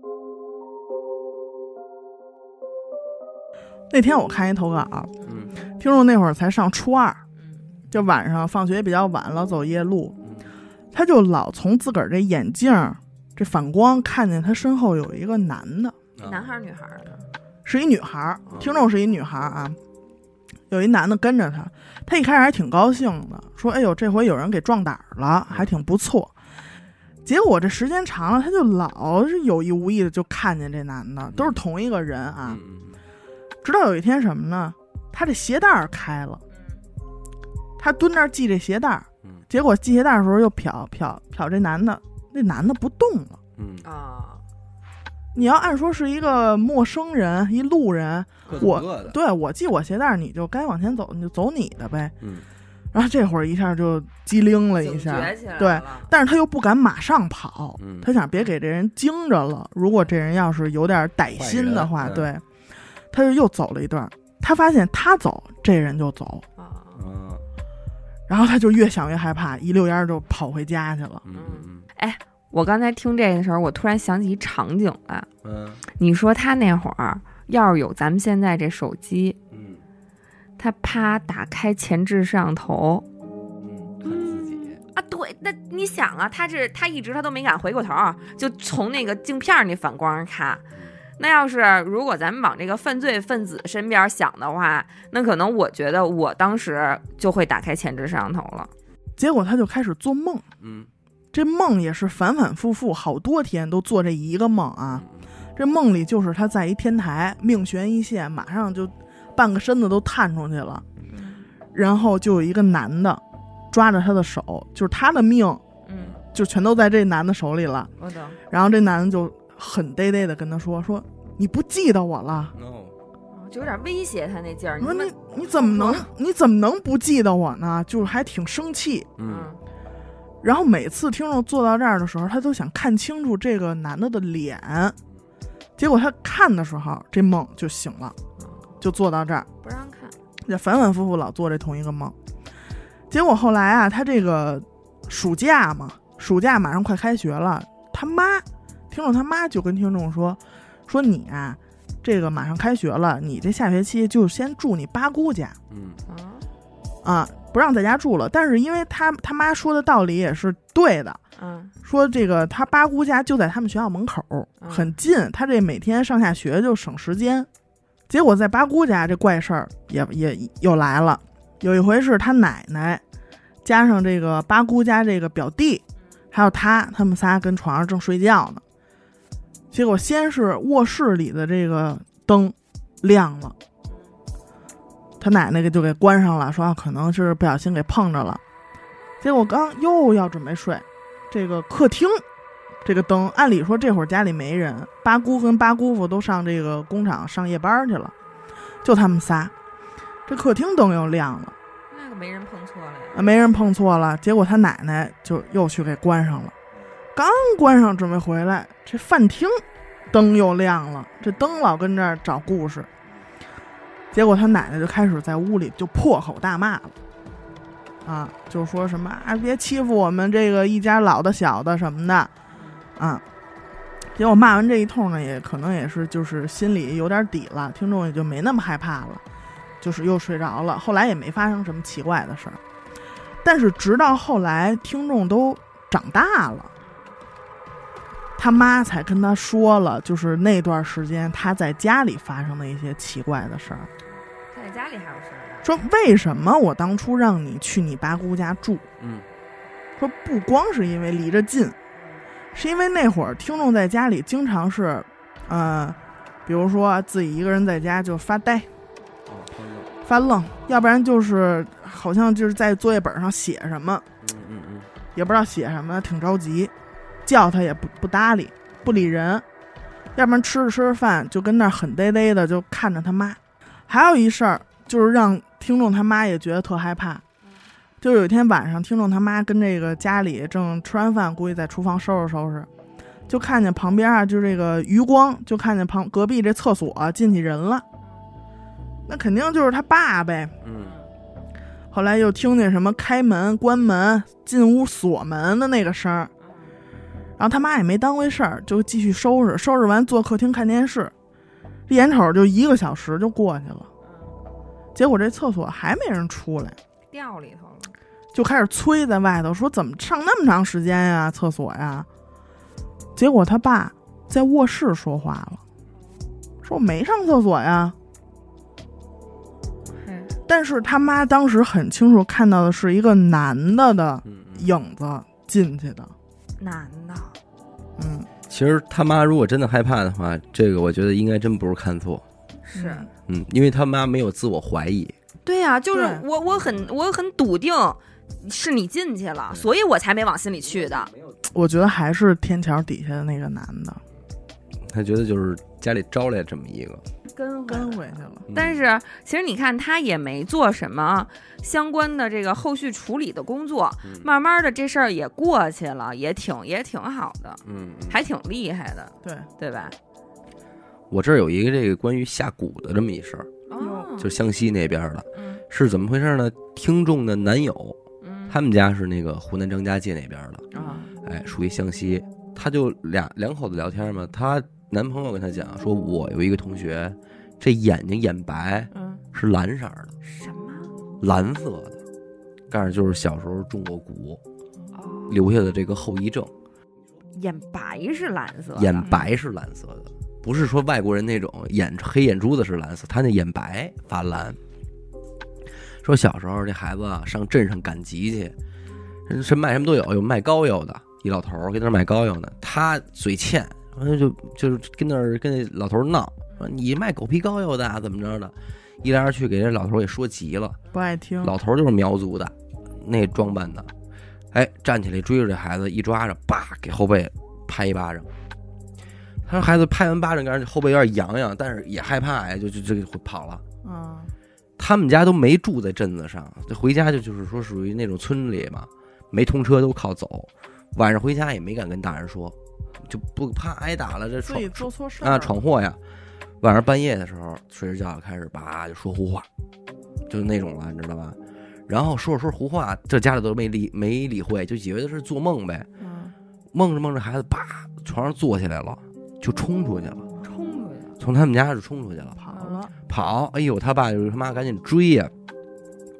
那天我看一投稿，嗯，听众那会儿才上初二，就晚上放学也比较晚了，走夜路，他就老从自个儿这眼镜这反光看见他身后有一个男的， 男孩女孩的？ 是一女孩，听众是一女孩啊，有一男的跟着他，他一开始还挺高兴的，说哎呦这回有人给壮胆了，还挺不错。结果这时间长了，他就老是有意无意的就看见这男的，都是同一个人啊。直到有一天什么呢？他这鞋带开了，他蹲那儿系这鞋带，结果系鞋带的时候又瞟瞟瞟这男的，那男的不动了。 嗯啊， 你要按说是一个陌生人，一路人，我对我系我鞋带，你就该往前走，你就走你的呗。 嗯， 然后这会儿一下就机灵了一下，对，但是他又不敢马上跑， 嗯、 他想别给这人惊着了。如果这人要是有点歹心的话，对。他就又走了一段，他发现他走，这人就走， 啊， 然后他就越想越害怕，一溜烟就跑回家去了。 嗯， 哎，我刚才听这个的时候，我突然想起一场景来。 嗯， 你说他那会儿要是有咱们现在这手机， 嗯， 他啪打开前置摄像头， 嗯，看自己啊，对，那你想啊，他是他一直他都没敢回过头，就从那个镜片那反光上看。那要是如果咱们往这个犯罪分子身边想的话，那可能我觉得我当时就会打开前置摄像头了。 结果他就开始做梦， 嗯， 这梦也是反反复复，好多天都做这一个梦啊。这梦里就是他在一天台，命悬一线，马上就半个身子都探出去了，然后就有一个男的抓着他的手，就是他的命，嗯，就全都在这男的手里了。 我懂。 然后这男的就很呆呆的跟他说说你不记得我了， no. 就有点威胁他那劲儿。 你说你你怎么能你怎么能不记得我呢？就是还挺生气。 嗯。 然后每次听众坐到这儿的时候，他都想看清楚这个男的的脸，结果他看的时候，这梦就醒了，就坐到这儿不让看， 也反反复复老做这同一个梦。结果后来啊，他这个暑假嘛，暑假马上快开学了，他妈。听众他妈就跟听众说说你啊，这个马上开学了，你这下学期就先住你八姑家， 嗯啊， 不让在家住了。但是因为他他妈说的道理也是对的， 嗯， 说这个他八姑家就在他们学校门口，很近，他这每天上下学就省时间。结果在八姑家这怪事儿也也又来了。有一回是他奶奶加上这个八姑家这个表弟还有他他们仨跟床上正睡觉呢，结果先是卧室里的这个灯亮了，他奶奶就给关上了，说、啊、可能是不小心给碰着了。结果刚又要准备睡，这个客厅这个灯，按理说这会儿家里没人，八姑跟八姑父都上这个工厂上夜班去了，就他们仨，这客厅灯又亮了， 那个没人碰错了呀， 啊，没人碰错了。结果他奶奶就又去给关上了，刚关上准备回来，这饭厅灯又亮了，这灯老跟这儿找故事。结果他奶奶就开始在屋里就破口大骂了，啊，就说什么啊，别欺负我们这个一家老的小的什么的，啊。结果骂完这一通呢，也可能也是就是心里有点底了，听众也就没那么害怕了，就是又睡着了。后来也没发生什么奇怪的事儿，但是直到后来听众都长大了，他妈才跟他说了，就是那段时间他在家里发生的一些奇怪的事儿。 他在家里还有事儿？ 说为什么我当初让你去你八姑家住？ 嗯， 说不光是因为离着近，是因为那会儿听众在家里经常是，呃，比如说自己一个人在家就发呆， 哦， 发愣，要不然就是好像就是在作业本上写什么， 嗯嗯嗯， 也不知道写什么，挺着急，叫他也不不搭理，不理人，要不然吃着吃着饭就跟那儿很呆呆的就看着他妈。还有一事儿就是让听众他妈也觉得特害怕，就有一天晚上，听众他妈跟这个家里正吃完饭，估计在厨房收拾收拾，就看见旁边啊，就这个余光，就看见旁隔壁这厕所、啊、进去人了，那肯定就是他爸呗。 嗯。 后来又听见什么开门、关门、进屋锁门的那个声儿，然后他妈也没当回事儿，就继续收拾，收拾完坐客厅看电视，这眼瞅就一个小时就过去了，结果这厕所还没人出来。 掉里头了， 就开始催在外头，说怎么上那么长时间呀，厕所呀。结果他爸在卧室说话了，说我没上厕所呀。但是他妈当时很清楚看到的是一个男的的影子进去的。 男的， 嗯， 其实他妈如果真的害怕的话，这个我觉得应该真不是看错， 是， 嗯，因为他妈没有自我怀疑。 对呀、啊，就是我我很我很笃定是你进去了，所以我才没往心里去的。 我觉得还是天桥底下的那个男的， 他觉得就是家里招来这么一个跟跟回去了。 但是其实你看他也没做什么相关的这个后续处理的工作， 嗯、 慢慢的这事儿也过去了，也挺也挺好的， 嗯， 还挺厉害的， 对对吧？ 我这儿有一个这个关于下蛊的这么一事儿， 哦， 就湘西那边的， 嗯， 是怎么回事呢？听众的男友， 嗯， 他们家是那个湖南张家界那边的， 啊、 哦，哎，属于湘西，他就俩两口子聊天嘛，她男朋友跟他讲说，我有一个同学，这眼睛眼白，嗯，是蓝色的， 什么？ 蓝色的，但是就是小时候中过蛊，哦，留下的这个后遗症。 眼白是蓝色的， 眼白是蓝色的。不是说外国人那种眼黑眼珠子是蓝色，他那眼白发蓝。说小时候这孩子啊上镇上赶集去，什么卖什么都有，有卖膏药的，一老头跟那儿卖膏药呢，他嘴欠，完了就就是跟那儿跟那老头闹，说你卖狗皮膏药的怎么着的，一来二去给这老头也说急了， 不爱听。 老头就是苗族的，那装扮的，哎，站起来追着这孩子一抓着，叭给后背拍一巴掌。他说孩子拍完巴掌，感觉后背有点痒痒，但是也害怕呀，就就就跑了。 嗯， 他们家都没住在镇子上，这回家就就是说属于那种村里嘛，没通车都靠走，晚上回家也没敢跟大人说，就不怕挨打了。这自己做错事啊，闯祸呀！晚上半夜的时候睡着觉开始叭就说胡话，就是那种了，你知道吧？然后说着说着胡话，这家里都没理没理会，就以为他是做梦呗。 嗯， 梦着梦着孩子叭床上坐起来了。就冲出去了， 冲出去了， 从他们家就冲出去了， 跑了， 跑！哎呦，他爸就是他妈赶紧追呀、啊，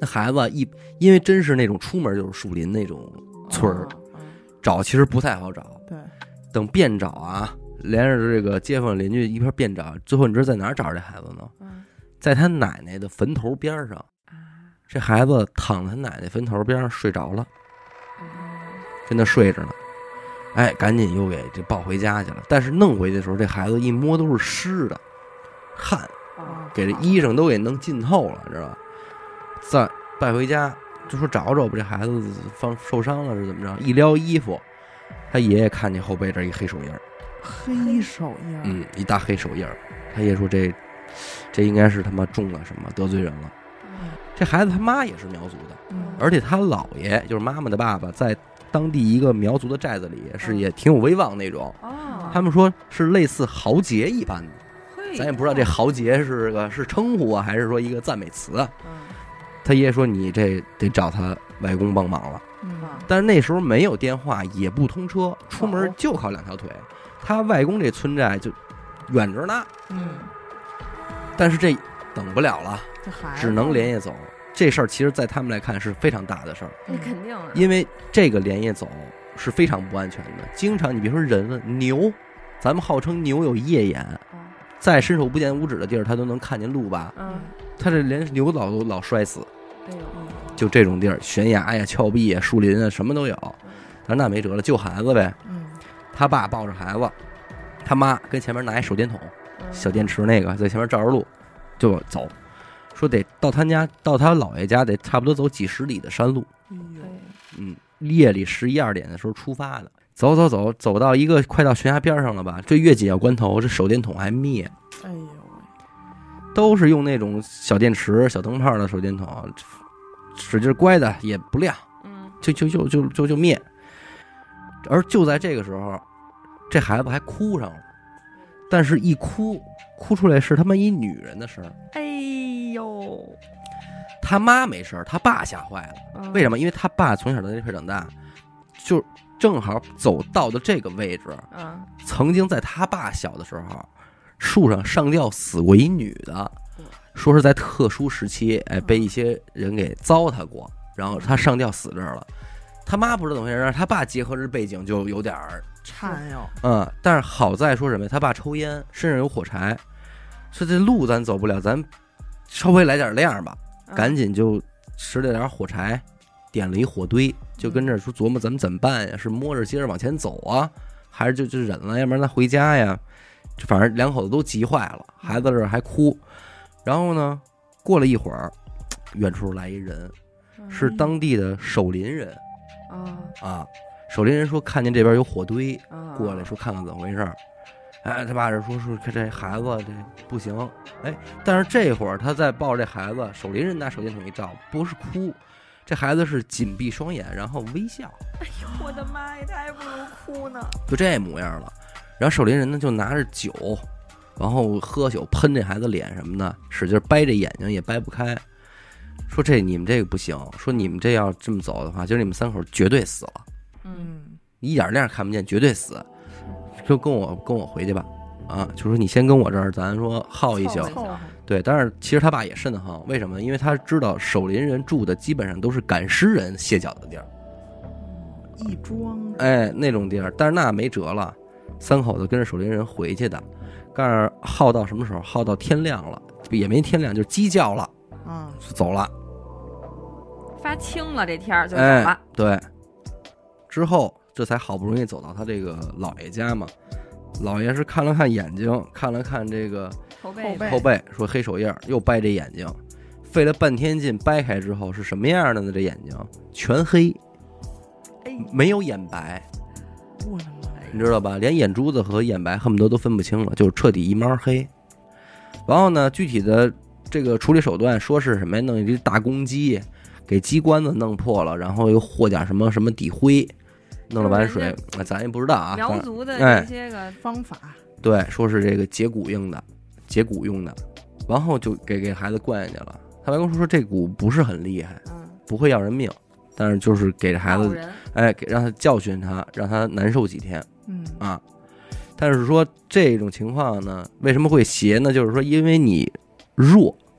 那孩子一因为真是那种出门就是树林那种村儿，找其实不太好找。 对， 等遍找啊，连着这个街坊邻居一块遍找，最后你知道在哪儿找着这孩子呢？在他奶奶的坟头边上。这孩子躺在他奶奶坟头边上睡着了，跟那睡着呢。哎，赶紧又给这抱回家去了。但是弄回去的时候，这孩子一摸都是湿的，汗，给这衣裳都给弄浸透了，知道吧？再带回家就说找找吧，这孩子放受伤了是怎么着？一撩衣服，他爷爷看见后背这一黑手印儿， 黑手印， 嗯，一大黑手印儿。他爷说这这应该是他妈中了什么，得罪人了。这孩子他妈也是苗族的， 嗯、 而且他姥爷就是妈妈的爸爸，在当地一个苗族的寨子里是也挺有威望那种。哦，他们说是类似豪杰一般的，咱也不知道这豪杰是个是称呼啊，还是说一个赞美词啊。嗯，他爷爷说你这得找他外公帮忙了。嗯，但是那时候没有电话，也不通车，出门就靠两条腿。他外公这村寨就远着呢。嗯，但是这等不了了。只能连夜走，这事儿其实在他们来看是非常大的事儿。 那肯定， 因为这个连夜走是非常不安全的。经常你别说人了，牛，咱们号称牛有夜眼，再伸手不见五指的地儿，它都能看见路吧？嗯，它这连牛老都老摔死。哎呦，就这种地儿，悬崖呀、峭壁呀、树林啊，什么都有。但那没辙了，救孩子呗。嗯，他爸抱着孩子，他妈跟前面拿一手电筒，小电池那个在前面照着路，就走。说得到他家，到他姥爷家得差不多走几十里的山路。嗯，夜里十一二点的时候出发的，走走走，走到一个快到悬崖边上了吧？这越紧要关头，这手电筒还灭。哎呦，都是用那种小电池、小灯泡的手电筒，使劲乖的也不亮，嗯，就就就就就就灭。而就在这个时候，这孩子还哭上了，但是一哭，哭出来是他妈一女人的声。 哎。哟， 他妈没事，他爸吓坏了。嗯、为什么？因为他爸从小在这块长大，就正好走到的这个位置。嗯，曾经在他爸小的时候，树上上吊死过一女的，说是在特殊时期，哎，被一些人给糟蹋过，然后他上吊死这儿了。他妈不知道怎么回事，他爸结合这背景就有点颤悠。 嗯，但是好在说什么？他爸抽烟，身上有火柴，说这路咱走不了，咱。稍微来点亮吧，赶紧就拾了点火柴，点了一火堆，就跟这说琢磨咱们怎么办呀？是摸着接着往前走啊，还是就就忍了，要不然咱回家呀？就反正两口子都急坏了，孩子这还哭。然后呢，过了一会儿，远处来一人，是当地的守林人啊。守林人说看见这边有火堆，过来说看看怎么回事。哎，他爸这说说这孩子这不行，哎，但是这会儿他在抱着这孩子，守林人拿手电筒一照，不是哭，这孩子是紧闭双眼，然后微笑。 哎呦，我的妈呀，他还不如哭呢， 就这模样了。然后守林人呢就拿着酒，然后喝酒喷这孩子脸什么的，使劲掰这眼睛也掰不开。说这你们这个不行，说你们这要这么走的话，就是你们三口绝对死了。嗯，一点亮看不见，绝对死。就跟我跟我回去吧，啊，就说你先跟我这儿，咱说耗一宿，对。但是其实他爸也瘆得慌，为什么？因为他知道守林人住的基本上都是赶尸人歇脚的地儿， 义庄， 哎，那种地儿。但是那没辙了，三口子跟着守林人回去的，但是耗到什么时候？耗到天亮了，也没天亮，就鸡叫了，嗯，就走了， 发青了，这天儿就走了， 哎，对，之后。这才好不容易走到他这个姥爷家嘛，姥爷是看了看眼睛，看了看这个后背， 后背说黑手印，又掰这眼睛，费了半天劲掰开之后是什么样的呢？这眼睛全黑，没有眼白， 我的妈呀， 你知道吧？连眼珠子和眼白恨不得都分不清了，就是彻底一猫黑。然后呢，具体的这个处理手段说是什么呀？弄一只大公鸡，给鸡冠子弄破了，然后又和点什么什么底灰。弄了碗水，咱也不知道啊。 苗族的这些个方法， 哎、对，说是这个解骨用的，解骨用的，然后就给给孩子灌下去了。他外公说说这蛊不是很厉害，嗯，不会要人命，但是就是给这孩子，哎，给让他教训他，让他难受几天，嗯啊。但是说这种情况呢，为什么会邪呢？就是说因为你弱，嗯，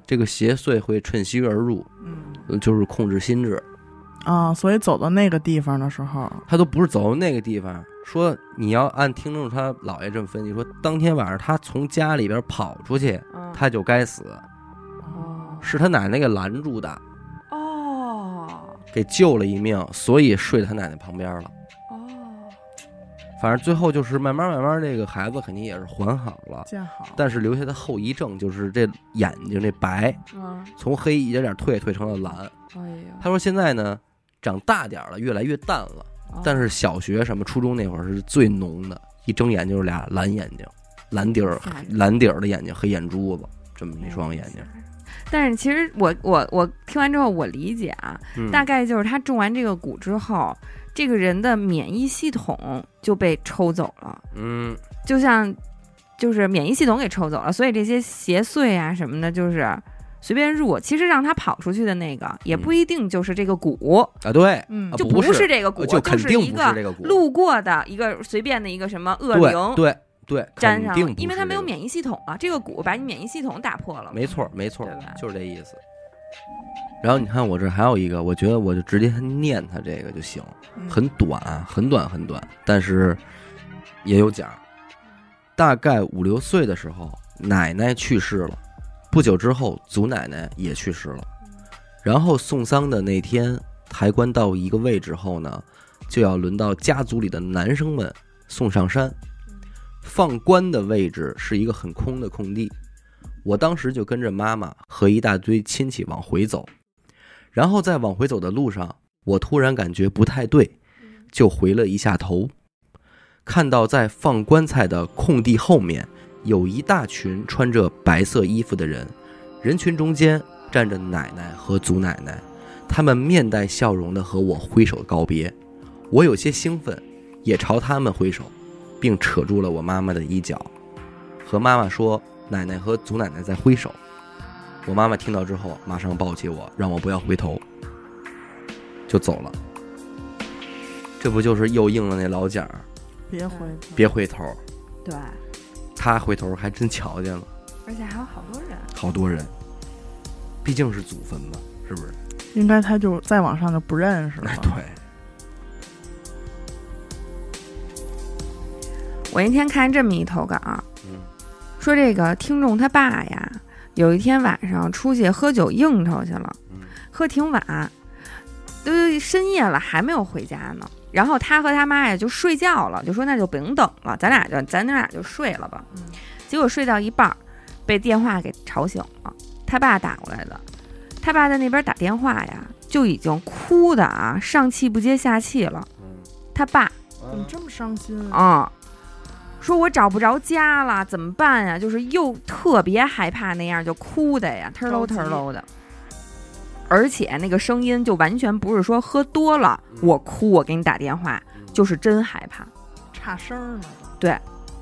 这个邪祟会趁虚而入，嗯，就是控制心智啊。所以走到那个地方的时候， 他都不是走到那个地方。说你要按听众他姥爷这么分析，说当天晚上他从家里边跑出去，嗯、他就该死，哦，是他奶奶给拦住的， 哦， 给救了一命，所以睡他奶奶旁边了。反正最后就是慢慢慢慢，这个孩子肯定也是缓好了， 见好， 但是留下的后遗症就是这眼睛这白，嗯，从黑一点点退退成了蓝。哎呀，他说现在呢长大点了，越来越淡了，哦、但是小学什么初中那会儿是最浓的，一睁眼就是俩蓝眼睛，蓝底儿蓝底儿的眼睛，黑眼珠子，这么一双眼睛。 但是其实我我我听完之后我理解啊，嗯、大概就是他中完这个蛊之后。这个人的免疫系统就被抽走了，嗯，就像就是免疫系统给抽走了，所以这些邪祟啊什么的，就是随便入。其实让他跑出去的那个也不一定就是这个蛊啊，对， 嗯，就不是这个蛊， 就肯定不是这个路过的一个随便的一个什么恶灵， 对对， 沾上，因为他没有免疫系统啊，这个蛊把你免疫系统打破了， 没错没错，就是这意思。然后你看我这还有一个，我觉得我就直接念他这个就行，很短很短很短，但是也有讲。大概五六岁的时候，奶奶去世了，不久之后祖奶奶也去世了，然后送丧的那天，抬棺到一个位置后呢，就要轮到家族里的男生们送上山。放棺的位置是一个很空的空地，我当时就跟着妈妈和一大堆亲戚往回走。然后在往回走的路上，我突然感觉不太对，就回了一下头，看到在放棺材的空地后面有一大群穿着白色衣服的人，人群中间站着奶奶和祖奶奶，他们面带笑容地和我挥手告别。我有些兴奋，也朝他们挥手，并扯住了我妈妈的衣角，和妈妈说奶奶和祖奶奶在挥手。我妈妈听到之后马上抱起我，让我不要回头，就走了。这不就是又应了那老讲， 别回头别回头。 对， 他回头还真瞧见了， 而且还有好多人好多人，毕竟是祖坟嘛，是不是？ 应该他就再往上就不认识了。 对， 我那天看这么一投稿，嗯，说这个听众他爸呀有一天晚上出去喝酒应酬去了，喝挺晚，都深夜了还没有回家呢。然后他和他妈呀就睡觉了，就说那就甭等了，咱俩就咱俩就睡了吧。嗯、结果睡到一半，被电话给吵醒了，他爸打过来的。他爸在那边打电话呀，就已经哭的啊，上气不接下气了。他爸怎么这么伤心啊？嗯说我找不着家了，怎么办呀？就是又特别害怕那样，就哭的呀，忒喽忒喽的。而且那个声音就完全不是说喝多了我哭，我给你打电话，就是真害怕， 差声了。 对。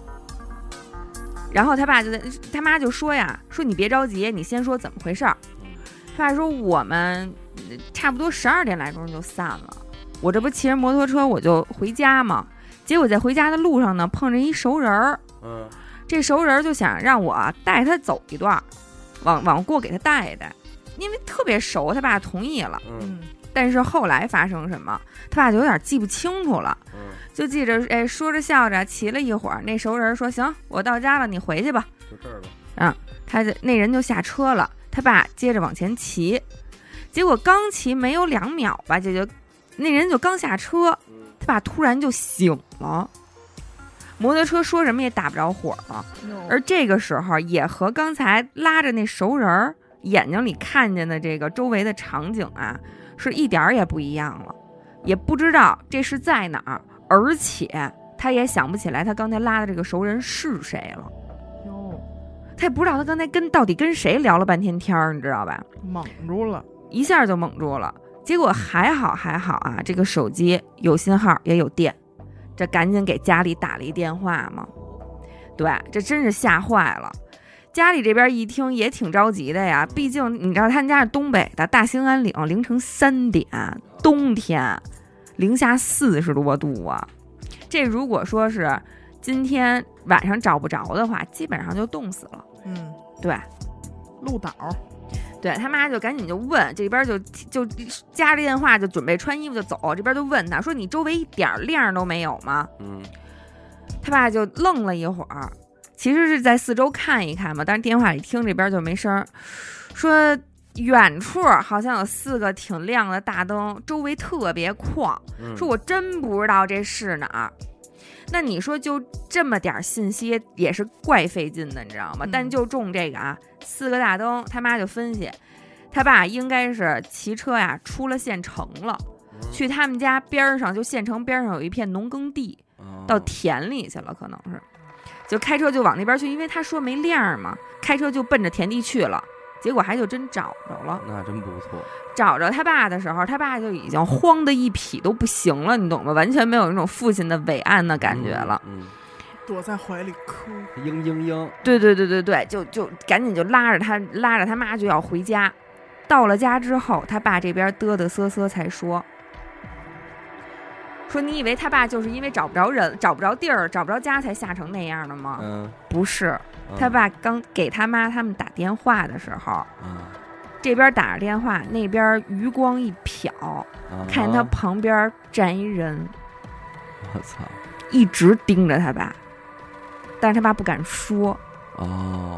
然后他爸就在，他妈就说呀，说你别着急，你先说怎么回事儿。他爸说我们差不多十二点来钟就散了，我这不骑着摩托车我就回家嘛。结果在回家的路上呢，碰着一熟人儿，嗯，这熟人就想让我带他走一段，往往过给他带一带，因为特别熟，他爸同意了，嗯，但是后来发生什么，他爸就有点记不清楚了，嗯，就记着，哎，说着笑着骑了一会儿，那熟人说行，我到家了，你回去吧， 就这儿吧， 啊，他那人就下车了，他爸接着往前骑，结果刚骑没有两秒吧，就就那人就刚下车。他爸突然就醒了，摩托车说什么也打不着火了，而这个时候也和刚才拉着那熟人眼睛里看见的这个周围的场景啊是一点也不一样了，也不知道这是在哪儿，而且他也想不起来他刚才拉的这个熟人是谁了。哟，他也不知道他刚才跟到底跟谁聊了半天天儿，你知道吧？ 懵住了， 一下就懵住了。结果还好还好啊，这个手机有信号也有电，这赶紧给家里打了一电话嘛。对，这真是吓坏了。家里这边一听也挺着急的呀，毕竟你知道他们家是东北的大兴安岭，凌晨三点，冬天，零下四十多度啊。这如果说是今天晚上找不着的话，基本上就冻死了。 嗯， 对， 鹿岛。 对他妈就赶紧就问，这边就就夹着电话就准备穿衣服就走，这边就问他说你周围一点亮都没有吗？ 嗯， 他爸就愣了一会儿，其实是在四周看一看嘛，但是电话里听这边就没声，说远处好像有四个挺亮的大灯，周围特别旷，说我真不知道这是哪儿。那你说就这么点信息也是怪费劲的，你知道吗？ 嗯、 但就中这个啊，四个大灯，他妈就分析，他爸应该是骑车呀出了县城了，嗯、去他们家边上，就县城边上有一片农耕地，哦、到田里去了，可能是，就开车就往那边去，因为他说没亮嘛，开车就奔着田地去了。结果还就真找着了， 那真不错。 找着他爸的时候，他爸就已经慌得一匹都不行了，你懂吗？完全没有那种父亲的伟岸的感觉了。 嗯，嗯躲在怀里哭， 嘤嘤嘤。 对对对对对，就就赶紧就拉着他拉着他妈就要回家。到了家之后，他爸这边嘚嘚瑟瑟才说。说你以为他爸就是因为找不着人、找不着地儿、找不着家才吓成那样的吗？嗯，不是，他爸刚给他妈他们打电话的时候，嗯，这边打着电话，那边余光一瞟，啊、看他旁边站一人， 我操， 一直盯着他爸，但是他爸不敢说。 哦，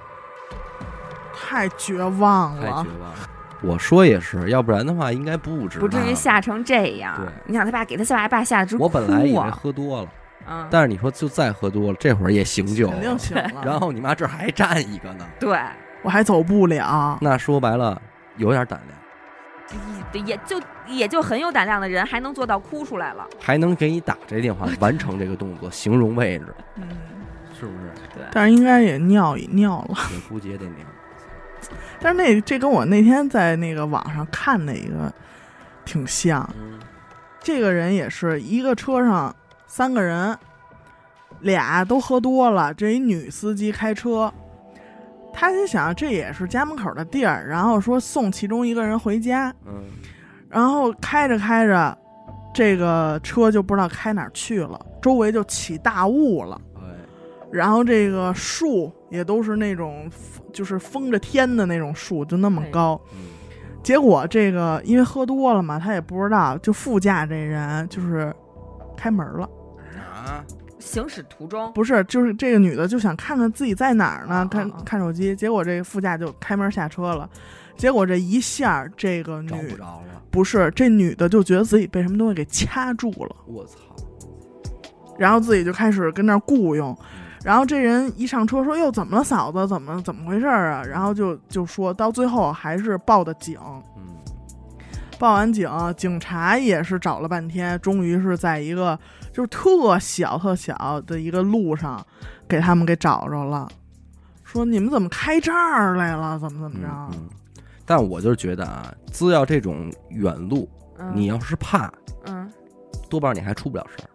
太绝望了， 太绝望了。我说也是，要不然的话应该不知道， 不至于吓成这样。 对， 你想他爸给他爸爸吓得直哭啊。 我本来以为喝多了，嗯，但是你说就再喝多了，这会儿也醒酒， 肯定醒了。 然后你妈这还站一个呢， 对， 我还走不了。 那说白了，有点胆量，也就也就很有胆量的人，还能做到哭出来了， 还能给你打这电话，完成这个动作，形容位置，嗯，是不是？ 对， 但是应该也尿一尿了， 也估计也得尿。 但是那这跟我那天在那个网上看那个挺像，嗯、这个人也是一个车上三个人，俩都喝多了，这一女司机开车，他心想这也是家门口的地儿，然后说送其中一个人回家，嗯，然后开着开着，这个车就不知道开哪儿去了，周围就起大雾了。然后这个树也都是那种就是封着天的那种树，就那么高。结果这个因为喝多了嘛，他也不知道，就副驾这人就是开门了啊。 行驶途中不是，就是这个女的就想看看自己在哪儿呢，啊、看看手机。结果这个副驾就开门下车了。结果这一下，这个女找不着了， 不是这女的就觉得自己被什么东西给掐住了。 我操！ 然后自己就开始跟那儿雇佣。然后这人一上车说：“哟，怎么了，嫂子？怎么怎么回事啊？”然后就就说到最后还是报的警。嗯，报完警，警察也是找了半天，终于是在一个就是特小特小的一个路上给他们给找着了。说你们怎么开这儿来了？怎么怎么着？ 嗯嗯、但我就是觉得啊，只要这种远路，嗯、你要是怕，嗯，多半你还出不了事儿。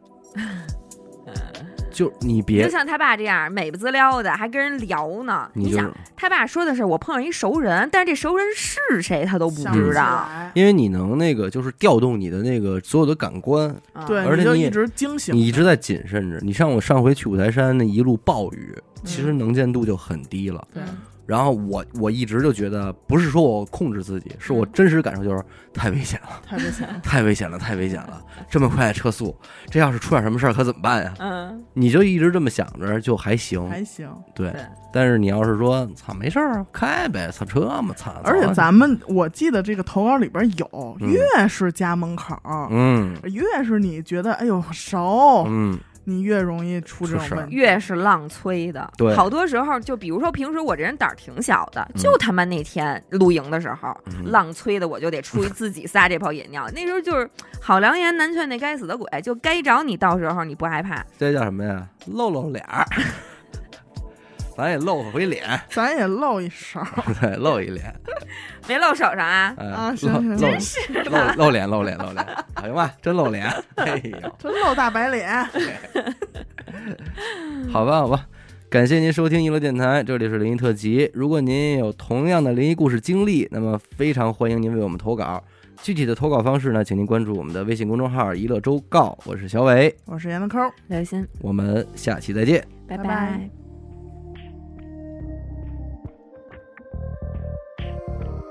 就你别就像他爸这样美不滋撩的，还跟人聊呢。你, 你想，他爸说的是我碰上一熟人，但是这熟人是谁他都不知道， 因为你能那个就是调动你的那个所有的感官， 对， 而且 你, 你就一直惊醒， 你一直在谨慎着。你像我上回去五台山那一路暴雨，嗯、其实能见度就很低了。 对。 然后我我一直就觉得，不是说我控制自己，是我真实感受就是太危险了， 太危险了， 太危险了，太危险了！这么快的车速，这要是出点什么事儿可怎么办呀？嗯，你就一直这么想着就还行， 还行， 对。对，但是你要是说操没事儿开呗，操车嘛，操！ 而且咱们我记得这个投稿里边有，嗯、越是家门口，嗯，越是你觉得哎呦熟，嗯。你越容易出这种问题， 越是浪催的。 对， 好多时候就比如说平时我这人胆儿挺小的，嗯、就他妈那天露营的时候，嗯、浪催的我就得出去自己撒这泡野尿。那时候就是好良言难劝那该死的鬼，就该找你，到时候你不害怕。 这叫什么呀？露露脸儿，咱也露回脸， 咱也露一手， 对，露一脸， 没露手上啊？ 哎、 啊，行行， 真是露露脸，露脸，露脸，行吧，真露脸，哎呦， 真露大白脸。 好吧，好吧，感谢您收听娱乐电台，这里是灵异特辑。如果您也有同样的灵异故事经历，那么非常欢迎您为我们投稿。具体的投稿方式呢，请您关注我们的微信公众号娱乐周告。我是小伟， 我是闫德抠， 刘鑫， 我们下期再见， 拜拜。